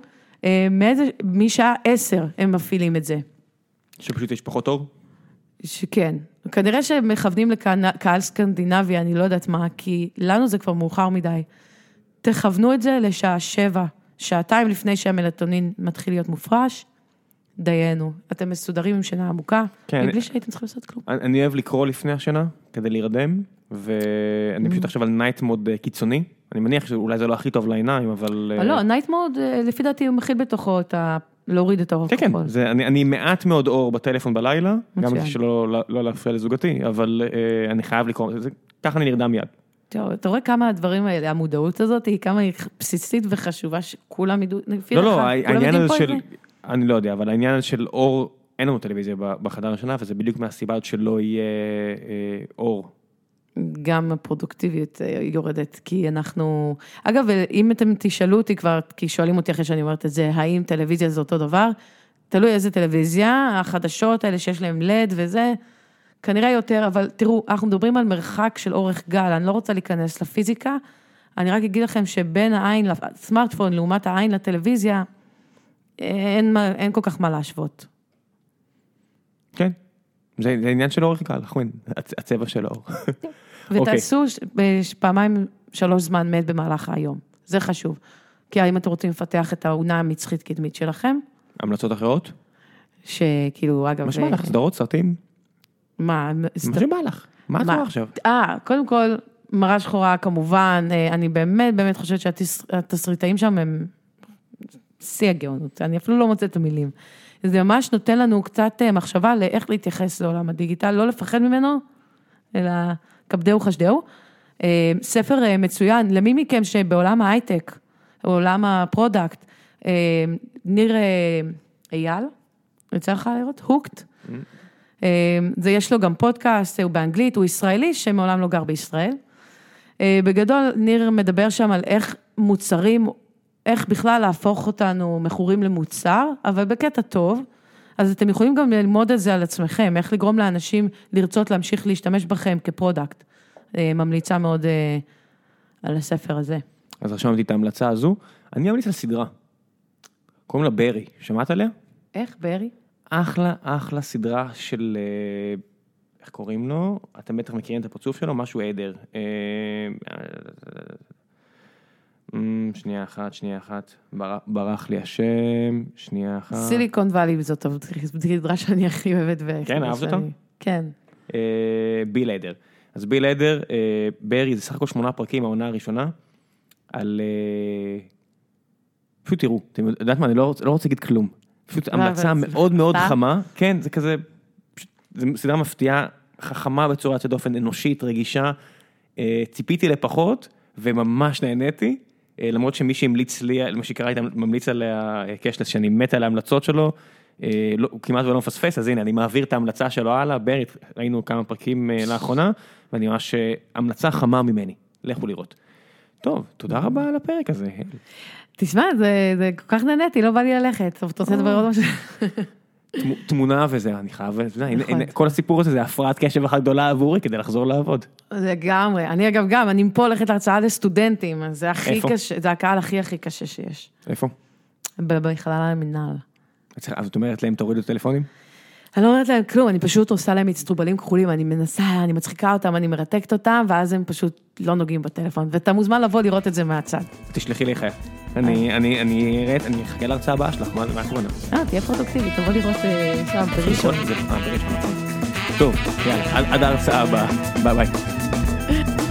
משעה 10 הם מפעילים את זה. שפשוט יש פחות אור? שכן, כנראה שהם מכוונים לקהל סקנדינבי, אני לא יודעת מה, כי לנו זה כבר מאוחר מדי. תכוונו את זה לשעה 7, שעתיים לפני שהמלטונין מתחיל להיות מופרש, דיינו, אתם מסודרים עם שינה עמוקה, כן, מבלי שהייתם צריכים לעשות כלום. אני אוהב לקרוא לפני השינה, כדי להירדם, ואני פשוט עכשיו על נייט מוד קיצוני, אני מניח שאולי זה לא הכי טוב לעיניים, אבל... לא, נייט מוד, לפי דעתי הוא מכיל בתוכו את להוריד את האור הכחול. כן, אני מעט מאוד אור בטלפון בלילה, גם כדי שלא להפריע לזוגתי, אבל אני חייב לקרוא, ככה אני נרדם מיד. אתה רואה כמה הדברים האלה, המודעות הזאת, היא כמה היא בסיסית וחשובה שכולם ידעו, לא, העניין הזה של, אני לא יודע, אבל העניין של אור, אין לנו טלוויזיה בחדר השנה, וזה בדיוק מהסיבה שלא יהיה אור. גם הפרודוקטיביות יורדת, כי אנחנו, אגב, אם אתם תשאלו אותי כבר, כי שואלים אותי אחרי שאני אומרת את זה, האם טלוויזיה זה אותו דבר? תלוי איזה טלוויזיה, החדשות האלה שיש להם לד וזה, כנראה יותר, אבל תראו, אנחנו מדברים על מרחק של אורך גל, אני לא רוצה להיכנס לפיזיקה, אני רק אגיד לכם שבין העין לסמארטפון, לעומת העין לטלוויזיה, אין כל כך מה להשוות. כן, זה עניין של אורך גל, נכון, הצבע של האור. ותעשו פעמיים 3 זמן מת במהלך היום, זה חשוב. כי אם אתם רוצים לפתח את העונה המצחית קדמית שלכם. המלצות אחרות? שכאילו, אגב... מה שבא לך, סדרות, סרטים? מה שבא לך? מה את רואה עכשיו? קודם כל, מראה שחורה כמובן, אני באמת חושבת שהתסריטאים שם הם שיא הגאונות, אני אפילו לא מוצאת את המילים. זה ממש נותן לנו קצת מחשבה לאיך להתייחס לעולם הדיגיטל, לא לפחד ממנו, אלא כבדהו חשדהו. ספר מצוין, למי מכם שבעולם ההייטק, בעולם הפרודקט, ניר אייל, יצא לך לראות? הוקט. זה יש לו גם פודקאסט, הוא באנגלית, הוא ישראלי שמעולם לא גר בישראל. בגדול, ניר מדבר שם על איך מוצרים, איך בכלל להפוך אותנו מכורים למוצר, אבל בקטע טוב, אז אתם יכולים גם ללמוד את זה על עצמכם, איך לגרום לאנשים לרצות להמשיך להשתמש בכם כפרודקט. ממליצה מאוד על הספר הזה. אז רשמתי את ההמלצה הזו. אני ממליץ על סדרה. קוראים לה ברי. שמעת עליה? איך, ברי? אחלה סדרה של, איך קוראים לו? אתם בטח מכירים את הפרצוף שלו, משהו עדר. שנייה אחת, ברח לי השם, שנייה אחת. סיליקון ואלי, זאת סדרה שאני הכי אוהבת. כן, אהבת אותה? כן. ביל עדר. אז ביל עדר, ברי, זה סך הכל 8 פרקים, העונה הראשונה, על, פשוט תראו, אתם יודעת מה, אני לא רוצה להגיד כלום. פשוט המלצה מאוד מאוד חמה, כן, זה כזה, זו סדרה מפתיעה, חכמה בצורה יוצאת אופן אנושית, רגישה, ציפיתי לפחות, וממש נהניתי, למרות שמי שהמליץ לי, מה שקראתי, ממליץ עליה קשלס, שאני מת על ההמלצות שלו, הוא כמעט ולא מפספס, אז הנה, אני מעביר את ההמלצה שלו הלאה, ברית, ראינו כמה פרקים לאחרונה, ואני ממש, המלצה חמה ממני, לכו לראות. טוב, תודה רבה על הפרק הזה. תשמע, זה כל כך נהניתי, לא בא לי ללכת, טוב, אתה רוצה לדבר עוד משהו? תמונה וזה, אני חייב, כל הסיפור הזה זה הפרעת קשב אחת גדולה עבורי כדי לחזור לעבוד. זה גמרי, אני אגב גם, אני פה הולכת להרצאה לסטודנטים, אז זה הכי קשה, זה הקהל הכי קשה שיש. איפה? בחלל המנהל. אז את אומרת להם תורידו טלפונים? אני לא אומרת להם כלום, אני פשוט עושה להם אצטרובלים כחולים, אני מנסה, אני מצחיקה אותם, אני מרתקת אותם, ואז הם פשוט לא נוגעים בטלפון, ואתה מוזמן לבוא לראות את זה מהצד. תשלחי לי חיה. אני אחכה להרצאה הבאה שלך, מה הכוונה? תהיה פרודוקטיבית, תבוא לראות שם בראשון. טוב, יאללה, עד ההרצאה הבאה, ביי ביי.